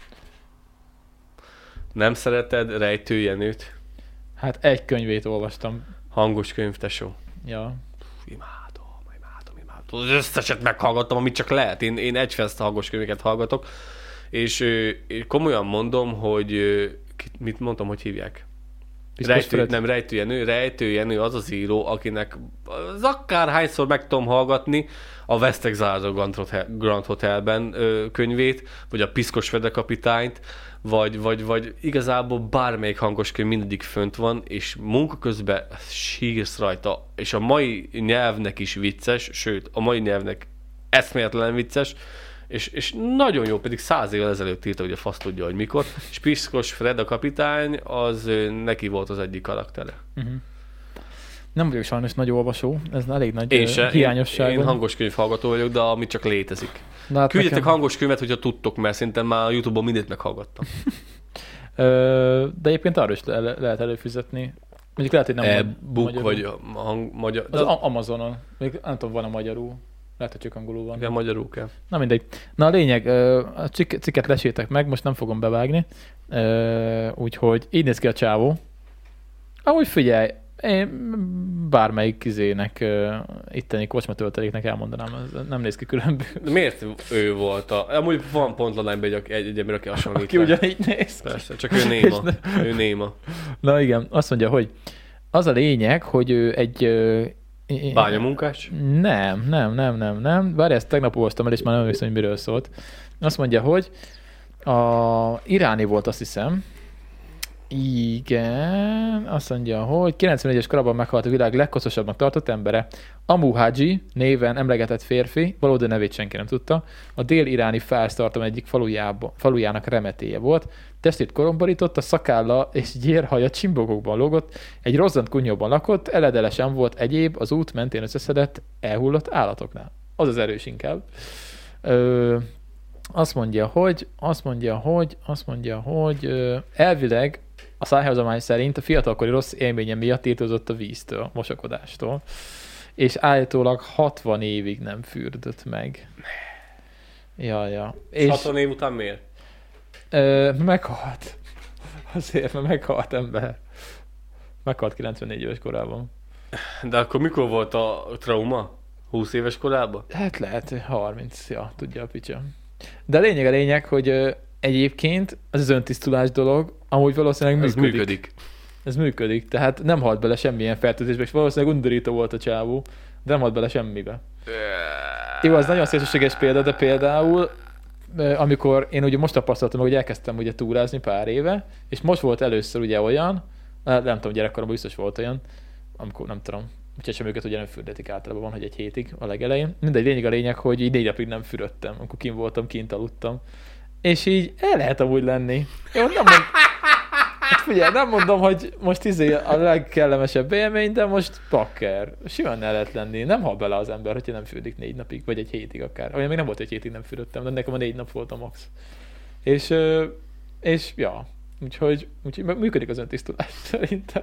Nem szereted Rejtő Jenőt? Hát egy könyvét olvastam. Hangos könyv, tesó. Ja. Imádom, imádom, imádom. Az összeset meghallgattam, amit csak lehet. Én, én egyfest hangos könyveket hallgatok, és ö, komolyan mondom, hogy ö, mit mondtam, hogy hívják? Rejtő, nem, Rejtő Jenő. Rejtő Jenő az az író, akinek az akárhányszor meg tudom hallgatni a West Exile Grand, Hotel, Grand Hotelben ö, könyvét, vagy a Piszkos Fred kapitányt, vagy, vagy, vagy igazából bármelyik hangos könyv mindegyik fönt van, és munka közben sírsz rajta, és a mai nyelvnek is vicces, sőt, a mai nyelvnek eszméletlen vicces, és, és nagyon jó, pedig száz évvel ezelőtt írta, hogy a fasz tudja, hogy mikor, és Piszkos Fred a kapitány, az neki volt az egyik karaktere. Uh-huh. Nem vagyok sajnos nagy olvasó, ez elég nagy én se, hiányosság. Én, én hangos könyv hallgató vagyok, de ami csak létezik. Hát küldjetek nekem... hangos könyvet, hogyha tudtok, mert szerintem már a YouTube-on mindent meghallgattam. De egyébként arra is le- lehet előfizetni. Mondjuk lehet, hogy nem e-book vagy hang, magyar... Az, az Amazonon. Még nem tudom, van a magyarul. Lehet, hogy csak angolul van. Igen, magyarul kell. Na mindegy. Na a lényeg, a cikket lesétek meg, most nem fogom bevágni. Úgyhogy így néz ki a csávó. Ahogy figyelj, én bármelyik kizének, uh, itteni kocsmatölteléknek elmondanám, ez nem néz ki különböző. De miért ő volt a... Amúgy van Pontlanányban egy, egy, egy ember, aki hasonlít. Aki ugyanígy néz. Persze, csak ő néma. ő néma. Na igen, azt mondja, hogy az a lényeg, hogy ő egy... Uh, bányamunkás? Nem, nem, nem, nem, nem. Bár ezt tegnap olvastam el, és már nem hiszem, hogy miről szólt. Azt mondja, hogy a iráni volt, azt hiszem, Igen, azt mondja, hogy kilencvennégyes korában meghalt a világ legkoszosabbnak tartott embere. Amu Haji néven emlegetett férfi, valódi nevét senki nem tudta, a dél-iráni Fárs tartom egyik falujába, falujának remetéje volt. Testét koromborította, szakálla és gyérhaja csimbogókban lógott, egy rozzant kunyóban lakott, eledelesen volt egyéb az út mentén összeszedett, elhullott állatoknál. Az az erős inkább. Ö, azt mondja, hogy, azt mondja, hogy, azt mondja, hogy ö, elvileg a szájhozomás szerint a fiatalkori rossz élménye miatt tiltózott a víztől, mosakodástól, és állítólag hatvan évig nem fürdött meg. Ja, ja. És hatvan év után miért? Ö, meghalt. Azért, mert meghalt ember. Meghalt kilencvennégy éves korában. De akkor mikor volt a trauma? húsz éves korában? Hát lehet, harminc, ja, tudja a picsa. De a lényeg a lényeg, hogy ö, egyébként az az öntisztulás dolog, amúgy valószínűleg Ez működik. működik. Ez működik, tehát nem halt bele semmilyen fertőzésbe, és valószínűleg undorító volt a csávó, de nem halt bele semmibe. Jó, az nagyon szélsőséges példa, de például amikor én ugye most tapasztaltam, hogy elkezdtem ugye túrázni pár éve, és most volt először ugye olyan, nem tudom, gyerekkoromban biztos volt olyan, amikor nem tudom, úgyhogy sem őket ugye nem fürdetik általában, van, hogy egy hétig a legelején. Mindegy, lényeg a lényeg, hogy így négy napig nem fürödtem, amikor kint voltam, kint aludtam. És így el lehet amúgy lenni. Jó, nem mond... Hát figyelj, nem mondom, hogy most izé a legkellemesebb élmény, de most pakker. Simán el lehet lenni. Nem hal bele az ember, hogyha nem fürdik négy napig, vagy egy hétig akár. Olyan még nem volt, egy hétig nem fürödtem, de nekem a négy nap volt a max. És, és ja, úgyhogy, úgyhogy működik az öntisztulás szerintem.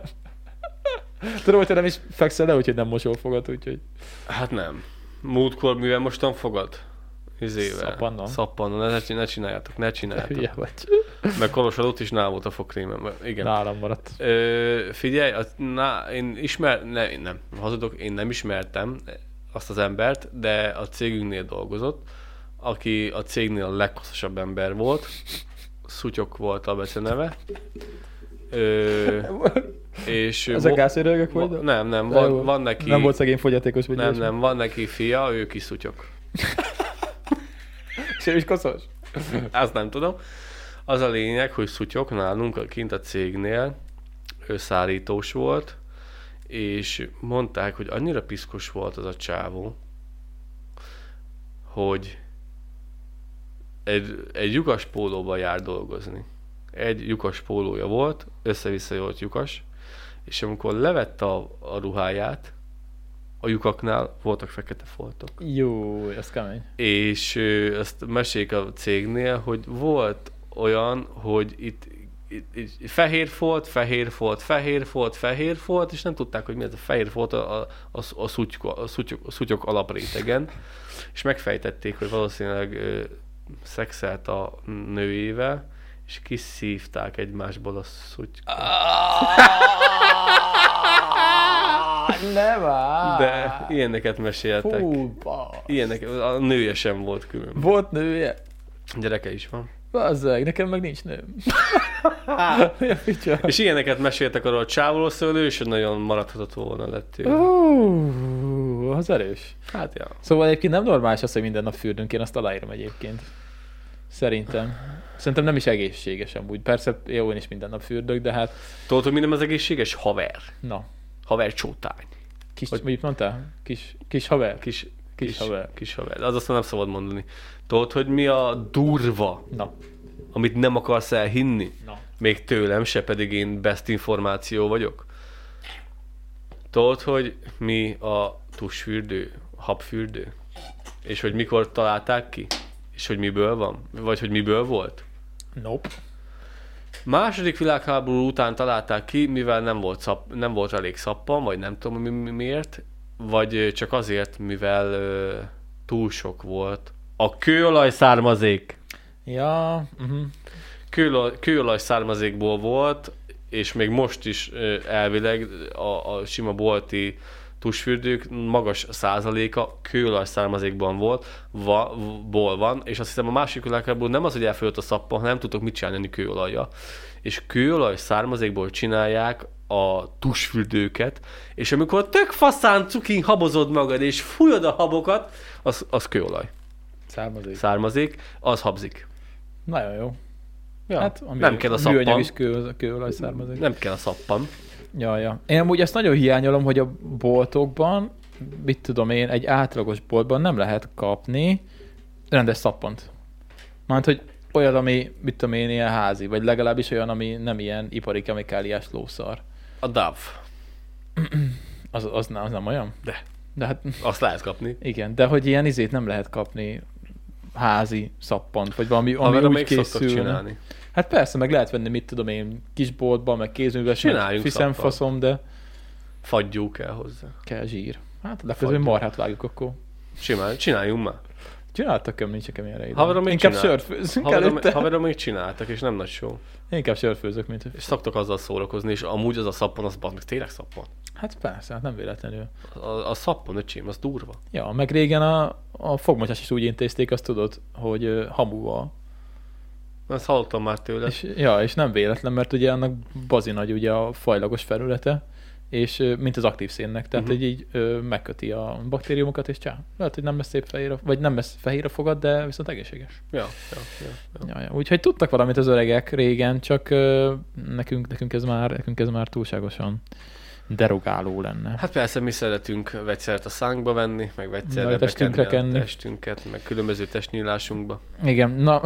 Tudom, hogy te nem is fekszel le, úgyhogy nem mosol fogad, úgyhogy... Hát nem. Múltkor mivel mostan fogad? Izével. Szappannon. Szappannon. Ne, ne csináljátok, ne csináljátok. Hülye vagy. Meg Kolos alatt is nála volt a fogkrémem. Igen. Nálam maradt. Ö, figyelj, az, na, én ismer... Ne, én nem. Hazudok, én nem ismertem azt az embert, de a cégünknél dolgozott, aki a cégnél a leghosszasabb ember volt. Szutyok volt a beceneve. Ö, és Ezek gászérőgök voltak? Nem, nem, van, van neki... Nem volt szegény fogyatékos, vagy Nem, ilyesmi? nem, van neki fia, ő kis szutyok. És ő is koszos? Azt nem tudom. Az a lényeg, hogy szutyok nálunk kint a cégnél, ő szárítós volt, és mondták, hogy annyira piszkos volt az a csávó, hogy egy, egy lyukas pólóban jár dolgozni. Egy lyukas pólója volt, össze-vissza volt lyukas, és amikor levette a, a ruháját, a lyukaknál voltak fekete foltok. Jó, ez kemény. És ö, azt mesélik a cégnél, hogy volt olyan, hogy itt, itt, itt fehér folt, fehér folt, fehér folt, fehér folt, és nem tudták, hogy mi ez a fehér folt a, a, a, a, szutyok, a, szutyok, a szutyok alaprétegen, és megfejtették, hogy valószínűleg ö, szexelt a nőjével, és kiszívták egymásból a szutyokot. Nem áll. De ilyeneket meséltek. Fú, basz. Ilyenek, a nője sem volt külön. Volt nője? Gyereke is van. Bazzeg, nekem meg nincs nőm. Ja, picsa. És ilyeneket meséltek arról a csávóról, szóval ő sem nagyon maradhatott volna lett ő. Ó, az erős. Hát ja. Szóval egyébként nem normális az, hogy minden nap fürdünk, én azt aláírom egyébként. Szerintem. Szerintem nem is egészséges amúgy. Persze jó, én is minden nap fürdök, de hát... Tudod, hogy minden az egészséges? Haver. Na. Haver csótány. Kis, Hogy- mit mondtál? Kis, kis haver? Kis, Kis kis, haver. kis haver. Az aztán nem szabad mondani. Tudod, hogy mi a durva, Na. amit nem akarsz elhinni? Na. Még tőlem se, pedig én best információ vagyok. Tudod, hogy mi a tusfürdő, habfürdő? És hogy mikor találták ki? És hogy miből van? Vagy hogy miből volt? Nope. Második világháború után találták ki, mivel nem volt, szap, nem volt elég szappan, vagy nem tudom mi, mi, miért, vagy csak azért, mivel ö, túl sok volt a kőolaj származék. Ja, uh-huh. Kőolaj, kőolaj származékból volt, és még most is ö, elvileg a, a sima bolti tusfürdők magas százaléka kőolaj származékban volt, va, ból van, és azt hiszem a másik világháború nem az, hogy elfogyott a szappan, hanem nem tudtok mit csinálni kőolajjal. És kőolaj származékból csinálják a tusfürdőket, és amikor tök faszán cukin habozod magad, és fújod a habokat, az, az kőolaj Származék. származék, az habzik. Nagyon jó. Ja. Hát, ami Nem kell a műanyag szappan. is kő, kőolaj származik. Nem kell a szappan. Ja, ja. Én amúgy ezt nagyon hiányolom, hogy a boltokban, mit tudom én, egy átlagos boltban nem lehet kapni rendes szappant. Mármint, hogy olyan, ami, mit tudom én, ilyen házi, vagy legalábbis olyan, ami nem ilyen ipari kemikáliás lószar. A Dove. Az, az, nem, az nem olyan? De. De hát Azt lehet kapni. igen, de hogy ilyen izét nem lehet kapni házi szappant, vagy valami, ami Haverra úgy még szoktak készül. csinálni. Hát persze, meg lehet venni, mit tudom én, kisboltban, meg kézműves, meg Csináljunk fiszem szappant. faszom, de Fagyú kell hozzá. kell zsír. Hát legközelebb Fagyú. marhát vágjuk akkor. Simán, csináljunk már. Csináltak köm, nincs nekem ilyenre Haverom idő. még Inkább csinál. sört főzünk Haverom, előtte. haverom még csináltak, és nem nagy show. Inkább sört főzök, mint... És szoktak azzal szórakozni, és amúgy az a szappan, az meg tényleg szappan. Hát persze, hát nem véletlenül. A, a szappan, öcsém, az durva. Ja, meg régen a, a fogmocsás is úgy intézték, azt tudod, hogy ö, hamuval. Ezt hallottam már tőle. És, ja, és nem véletlen, mert ugye annak bazi nagy ugye a fajlagos felülete, és ö, mint az aktív szénnek, tehát Mhm. uh-huh. így ö, megköti a baktériumokat, és csá. Lehet, hogy nem lesz szép fehér, a- vagy nem lesz fehér a fogad, de viszont egészséges. Ja, ja, ja, ja. Ja, ja. Úgyhogy tudtak valamit az öregek régen, csak ö, nekünk, nekünk, ez már, nekünk ez már túlságosan derogáló lenne. Hát persze, mi szeretünk vegyszert a szánkba venni, meg Meg vegyszerre a testünkre bekenni a kenni. testünket, meg különböző testnyílásunkba. Igen, na,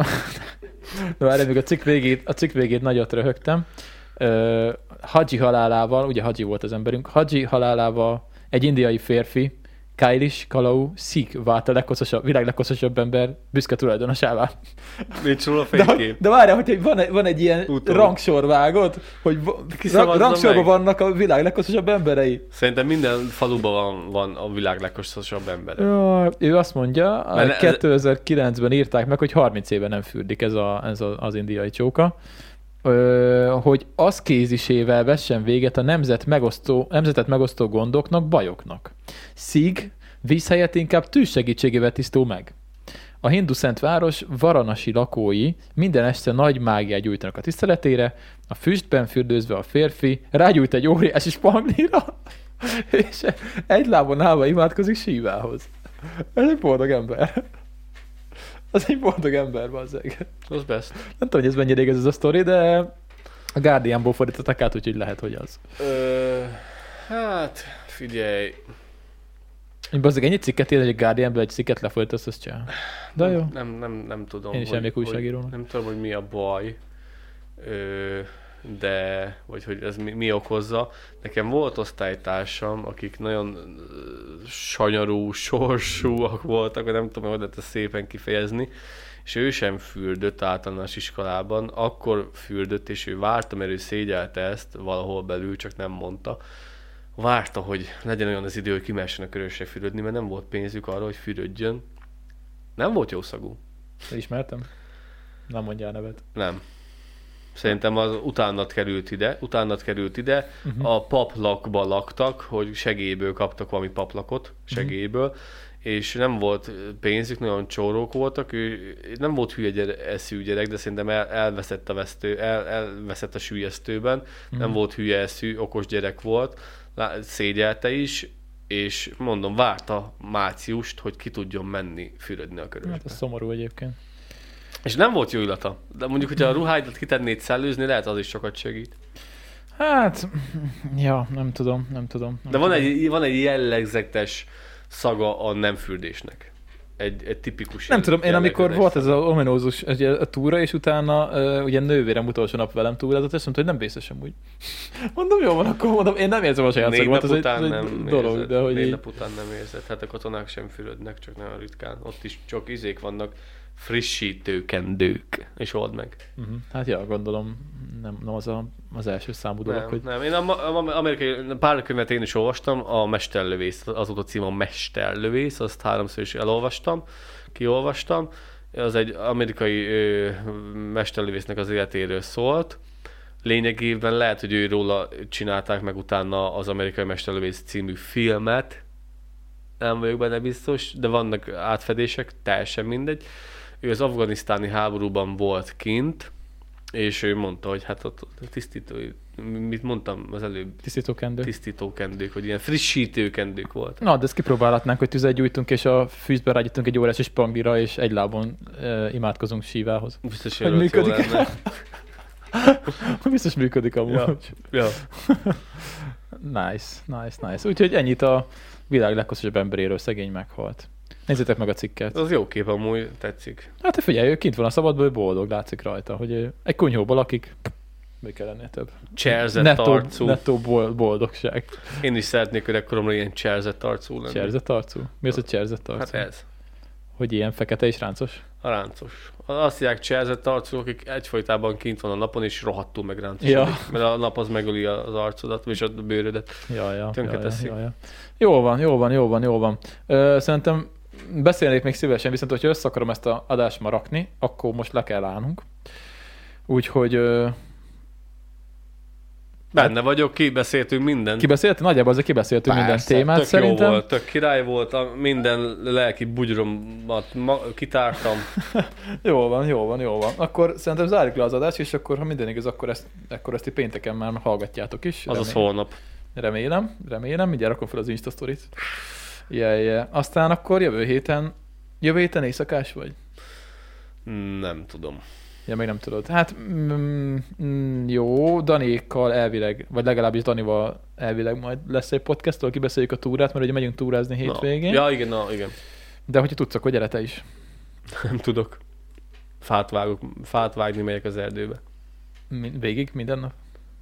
de várj, még a cikk végét, a cikk végét nagyot röhögtem. Uh, Haji halálával, ugye Haji volt az emberünk, Haji halálával egy indiai férfi, Kailash Kalau Sikh vált a legkoszosabb, világ legkoszosabb ember büszke tulajdonosává. Nincs róla De, fénykép. de várjál, hogy van, egy- van egy ilyen Utólag. rangsor vágod, hogy va- Kiszavazza ra- rangsorban meg. vannak a világ legkoszosabb emberei. Szerintem minden faluban van, van a világ legkoszosabb ember. Ja, ő azt mondja, Mert ez- kétezer-kilencben írták meg, hogy harminc éve nem fürdik ez, a, ez a, az indiai csóka, ö, hogy az kézisével vessen véget a nemzet megosztó, nemzetet megosztó gondoknak, bajoknak. Szig víz helyett inkább tűz segítségével tisztul meg. A hindu szentváros Varanasi lakói minden este nagy mágiát gyújtanak a tiszteletére, a füstben fürdőzve a férfi rágyújt egy óriási spanglira, és egy lábon állva imádkozik sívához. Ez egy boldog ember. Az egy boldog ember, bazzeg. Az best. Nem tudom, hogy ez mennyire igaz ez a sztori, de a Guardianból fordították át, úgyhogy lehet, hogy az. Ö, hát, figyelj. Én bazzeg ennyi cikket ír, hogy a Guardianból egy cikket lefordítasz, az csá. De jó. Nem, nem, nem tudom. Én is hogy- emlék hogy- újságírónak. Nem tudom, hogy mi a baj. Ö, de, vagy hogy ez mi, mi okozza. Nekem volt osztálytársam, akik nagyon ö, sanyarú, sorsúak voltak, vagy nem tudom, hogy lehet ezt szépen kifejezni, és ő sem fürdött általános iskolában, akkor fürdött, és ő várta, mert ő szégyelte ezt valahol belül, csak nem mondta. Várta, hogy legyen olyan az idő, hogy kimehessen a körösre fürödni, mert nem volt pénzük arra, hogy fürödjön. Nem volt jó szagú. Ismertem? Nem mondjál nevet. Nem. Szerintem az utánat került ide, utánat került ide, Mhm. uh-huh. a paplakba laktak, hogy segélyből kaptak valami paplakot, segélyből, uh-huh. és nem volt pénzük, nagyon csórók voltak, ő nem volt hülye gyere, eszű gyerek, de szerintem el, elveszett a vesztő, el, elveszett a süllyesztőben, uh-huh. nem volt hülye eszű, okos gyerek volt, lá- szégyelte is, és mondom, várta Máciust, hogy ki tudjon menni fürödni a körösbe. Hát ez szomorú egyébként. És nem volt jó illata. De mondjuk, hogyha a ruháidat kitennéd szellőzni, lehet az is sokat segít. Hát, ja, nem tudom, nem tudom. Nem De van tudom. egy, van egy jellegzetes szaga a nem fürdésnek. Egy, egy tipikus Nem tudom, én amikor jellegzetes volt ez szaga. az ominózus ugye, a túra, és utána uh, ugye nővérem utolsó nap velem túrázott, azt mondta, hogy nem vészes amúgy. Mondom, jó van, akkor mondom, én nem érzem a saját Négy szagomat, nap ez egy, után ez nem egy dolog, érzed. de hogy Négy így... nap után nem érzed. Hát a katonák sem fürödnek, csak nagyon ritkán. Ott is csak izék vannak, frissítőkendők, és old meg. Uh-huh. Hát ja, gondolom, nem, nem az a, az első számú dolog, Nem, hogy... nem. Én a, a, amerikai pár könyvet én is olvastam, a Mesterlövész, az volt a cím a Mesterlövész, azt háromszor is elolvastam, kiolvastam. Az egy amerikai ö, mesterlövésznek az életéről szólt. Lényegében lehet, hogy ő róla csinálták meg utána az Amerikai Mesterlövész című filmet. Nem vagyok benne biztos, de vannak átfedések, teljesen mindegy. Ő az afganisztáni háborúban volt kint, és ő mondta, hogy hát ott tisztító, mit mondtam az előbb, Tisztítókendő. tisztítókendők, hogy ilyen frissítőkendők volt. Na, de ezt kipróbálhatnánk, hogy tüzet gyújtunk, és a fűzbe rágyítunk egy órási spanglira, és egy lábon uh, imádkozunk sívához. Biztos, Hogy hogy ott jó működik. lenne. Biztos működik amúgy. Ja. Ja. Nice, nice, nice. Úgyhogy ennyit a világ leghosszasabb emberéről, szegény meghalt. Nézzétek meg a cikket. Az jó kép amúgy, tetszik. Hát figyelj, ő kint van a szabadban, ő boldog, látszik rajta, hogy ő egy kunyhóban lakik. Mi kell lennél több? Cserzett Nettó, arcú. nettó boldogság. Én is szeretnék öregkoromra ilyen cserzett arcú lenni. Cserzett arcú? Mi az a cserzett arcú? Hát ez. Hogy ilyen fekete és ráncos? A ráncos. Azt hívják cserzett arcú, akik egyfolytában kint van a napon, és rohadtul meg ráncos. Ja. Mert a nap az megöli az arcodat, és a bőrödet. Ja, ja, Tönkre ja, teszi. ja, ja. Jó van, jó van, jó van, jó van. Ö, szerintem beszélnék még szívesen, viszont hogyha össze akarom ezt a adást ma rakni, akkor most le kell állnunk. Úgyhogy... Ö, Benne vagyok, kibeszéltünk mindent. Kibeszéltünk? Nagyjából azért kibeszéltünk minden témát tök szerintem. jó volt, tök király volt, a minden lelki bugyromat ma, kitártam. Jó van, jó van, jó van. Akkor szerintem zárjuk le az adást, és akkor, ha minden igaz, akkor ezt, akkor ezt pénteken már hallgatjátok is. Azaz holnap. Remélem, remélem. Mindjárt rakom fel az Insta sztorit. Yeah, yeah. Aztán akkor jövő héten, jövő héten éjszakás vagy? Nem tudom. Ja, még nem tudod. Hát mm, mm, jó, Danékkal elvileg, vagy legalábbis Danival elvileg majd lesz egy podcast, ahol kibeszéljük a túrát, mert ugye megyünk túrázni hétvégén. Na. Ja, igen, na, igen. De hogyha tudsz, akkor gyere te is. Nem tudok. Fát vágok, fát vágni megyek az erdőbe. Min- végig, minden nap?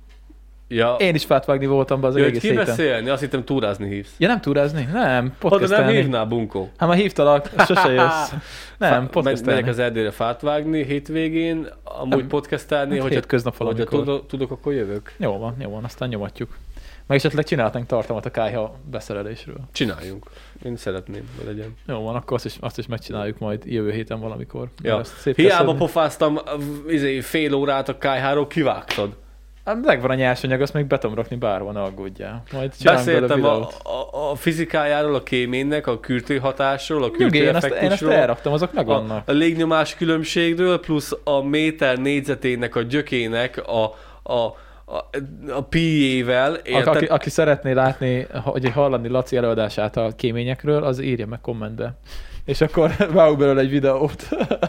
Ja. Én is fát vágni voltam be az Ja, egész héten. kibeszélni? Azt hittem túrázni hívsz. Ja, nem túrázni? Nem, Oda podcastelni. nem hívnál, bunkó. Hát már hívtalak, sose jössz. Nem, Fá- podcastelni. Megyek az erdőre fát vágni hétvégén, amúgy Nem. podcastelni, Hát hogyha, hétköznap hogyha valamikor. tudok, tudok, akkor jövök. Jó van, jó van, aztán nyomatjuk. Meg esetleg csinálhatnánk tartalmat a kályha beszerelésről. Csináljunk. Én szeretném, hogy legyen. Jó van, akkor azt is, azt is megcsináljuk majd jövő héten valamikor. Ja. Mert ezt szép Hiába teszed. pofáztam izé, fél órát a kályháról, kivágtad. Hát megvan a nyersanyag, azt még be tudom rakni bárhol, ne aggódjál. Majd csinálunk vele Beszéltem a, videót. a, a fizikájáról, a kéménynek, a kürtőhatásról, a Nyugi, én ezt, én ezt kürtőeffektusról, elraktam, azok a, megvannak. a légnyomás különbségről, plusz a méter négyzetének, a gyökének, a, a, a, a pi-jével. A, aki, aki szeretné látni, hogy hallani Laci előadását a kéményekről, az írja meg kommentbe. És akkor vágok belőle egy videót.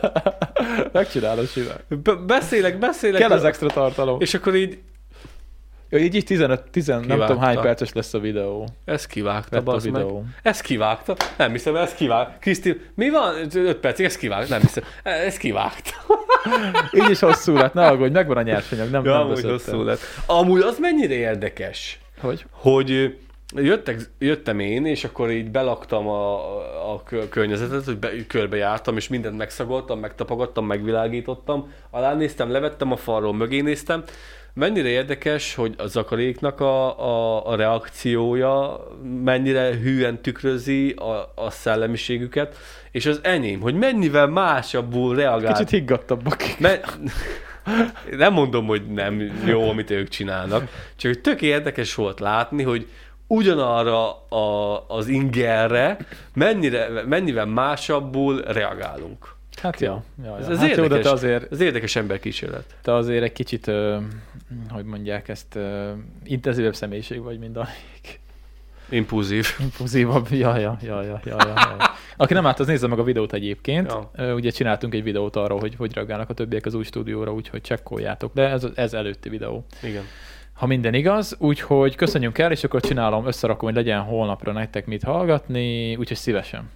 Megcsinálod simán. B- beszélek, beszélek. Kell az extra tartalom. És akkor így Jó, így így tizenöt, tíz, nem Kivágta. tudom hány perces lesz a videó. ezt kivágta, Lett a bazd meg. videó. Ezt kivágta. Nem hiszem, ezt kivágta. Kriszti, mi van? öt percig, ezt kivágta. Nem hiszem. Ezt kivágta. Így is hosszú lett, ne aggódj, megvan a nyersanyag, nem, Ja, nem amúgy beszéltem. hosszú lett. Amúgy az mennyire érdekes, Hogy? hogy ö, jöttek, jöttem én, és akkor így belaktam a, a kö- környezetet, hogy be, körbejártam, és mindent megszagoltam, megtapogattam, megvilágítottam, alánéztem, levettem a falról, mögé néztem. Mennyire érdekes, hogy a Zakaréknak a, a, a reakciója mennyire hűen tükrözi a, a szellemiségüket, és az enyém, hogy mennyivel másabbul reagál. Kicsit higgadtabbak. Me- nem mondom, hogy nem jó, amit ők csinálnak, csak hogy tök érdekes volt látni, hogy ugyanarra a, az ingerre mennyire, mennyivel másabbul reagálunk. Hát ja, ja, Ez, ja. ez, Hát jó, de érdekes, te azért, ez érdekes emberkísérlet. te azért egy kicsit, ö, hogy mondják ezt, ö, intenzívebb személyiség vagy, mint Danék. Impulzív. Impulzívabb, ja, ja, ja, ja, ja, ja. Aki nem lát, az nézze meg a videót egyébként. Ja. Ja. Ugye csináltunk egy videót arról, hogy hogy reagálnak a többiek az új stúdióra, úgyhogy csekkoljátok. De ez, ez előtti videó. Igen. Ha minden igaz, úgyhogy köszönjünk el, és akkor csinálom, összerakom, hogy legyen holnapra nektek mit hallgatni, úgyhogy szívesen.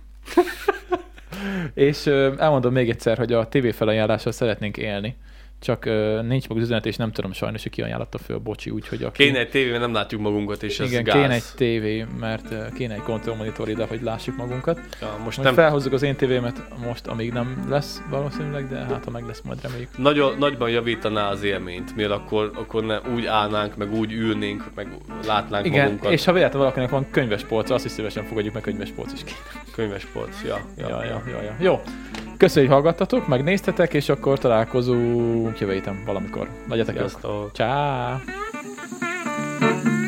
És ö, elmondom még egyszer, hogy a tévéfelajánlással szeretnénk élni, csak ö, nincs meg az üzenet, és nem tudom sajnos, hogy ki ajánlotta föl, bocsi, úgyhogy aki... Kéne egy tévében, nem látjuk magunkat, és ez Igen, gáz. kéne egy tévé, mert ö, kéne egy kontrollmonitor ide, hogy lássuk magunkat. Ja, most Most nem... felhozzuk az én tévémet most, amíg nem lesz valószínűleg, de hát ha meg lesz, majd reméljük. Nagyon, nagyban javítaná az élményt, mivel akkor, akkor ne, úgy állnánk, meg úgy ülnénk, meg látnánk Igen, magunkat. és ha véletlenül valakinek van könyvespolca, azt is szívesen fogadjuk, meg könyvespolc is kéne. Könyvespolc, ja. Ja, Ja, ja. ja, ja, ja. Jó, köszönjük, hogy hallgattatok, megnéztetek, és akkor találkozunk jövő héten valamikor. Legyetek jók. Sziasztok. Ciao.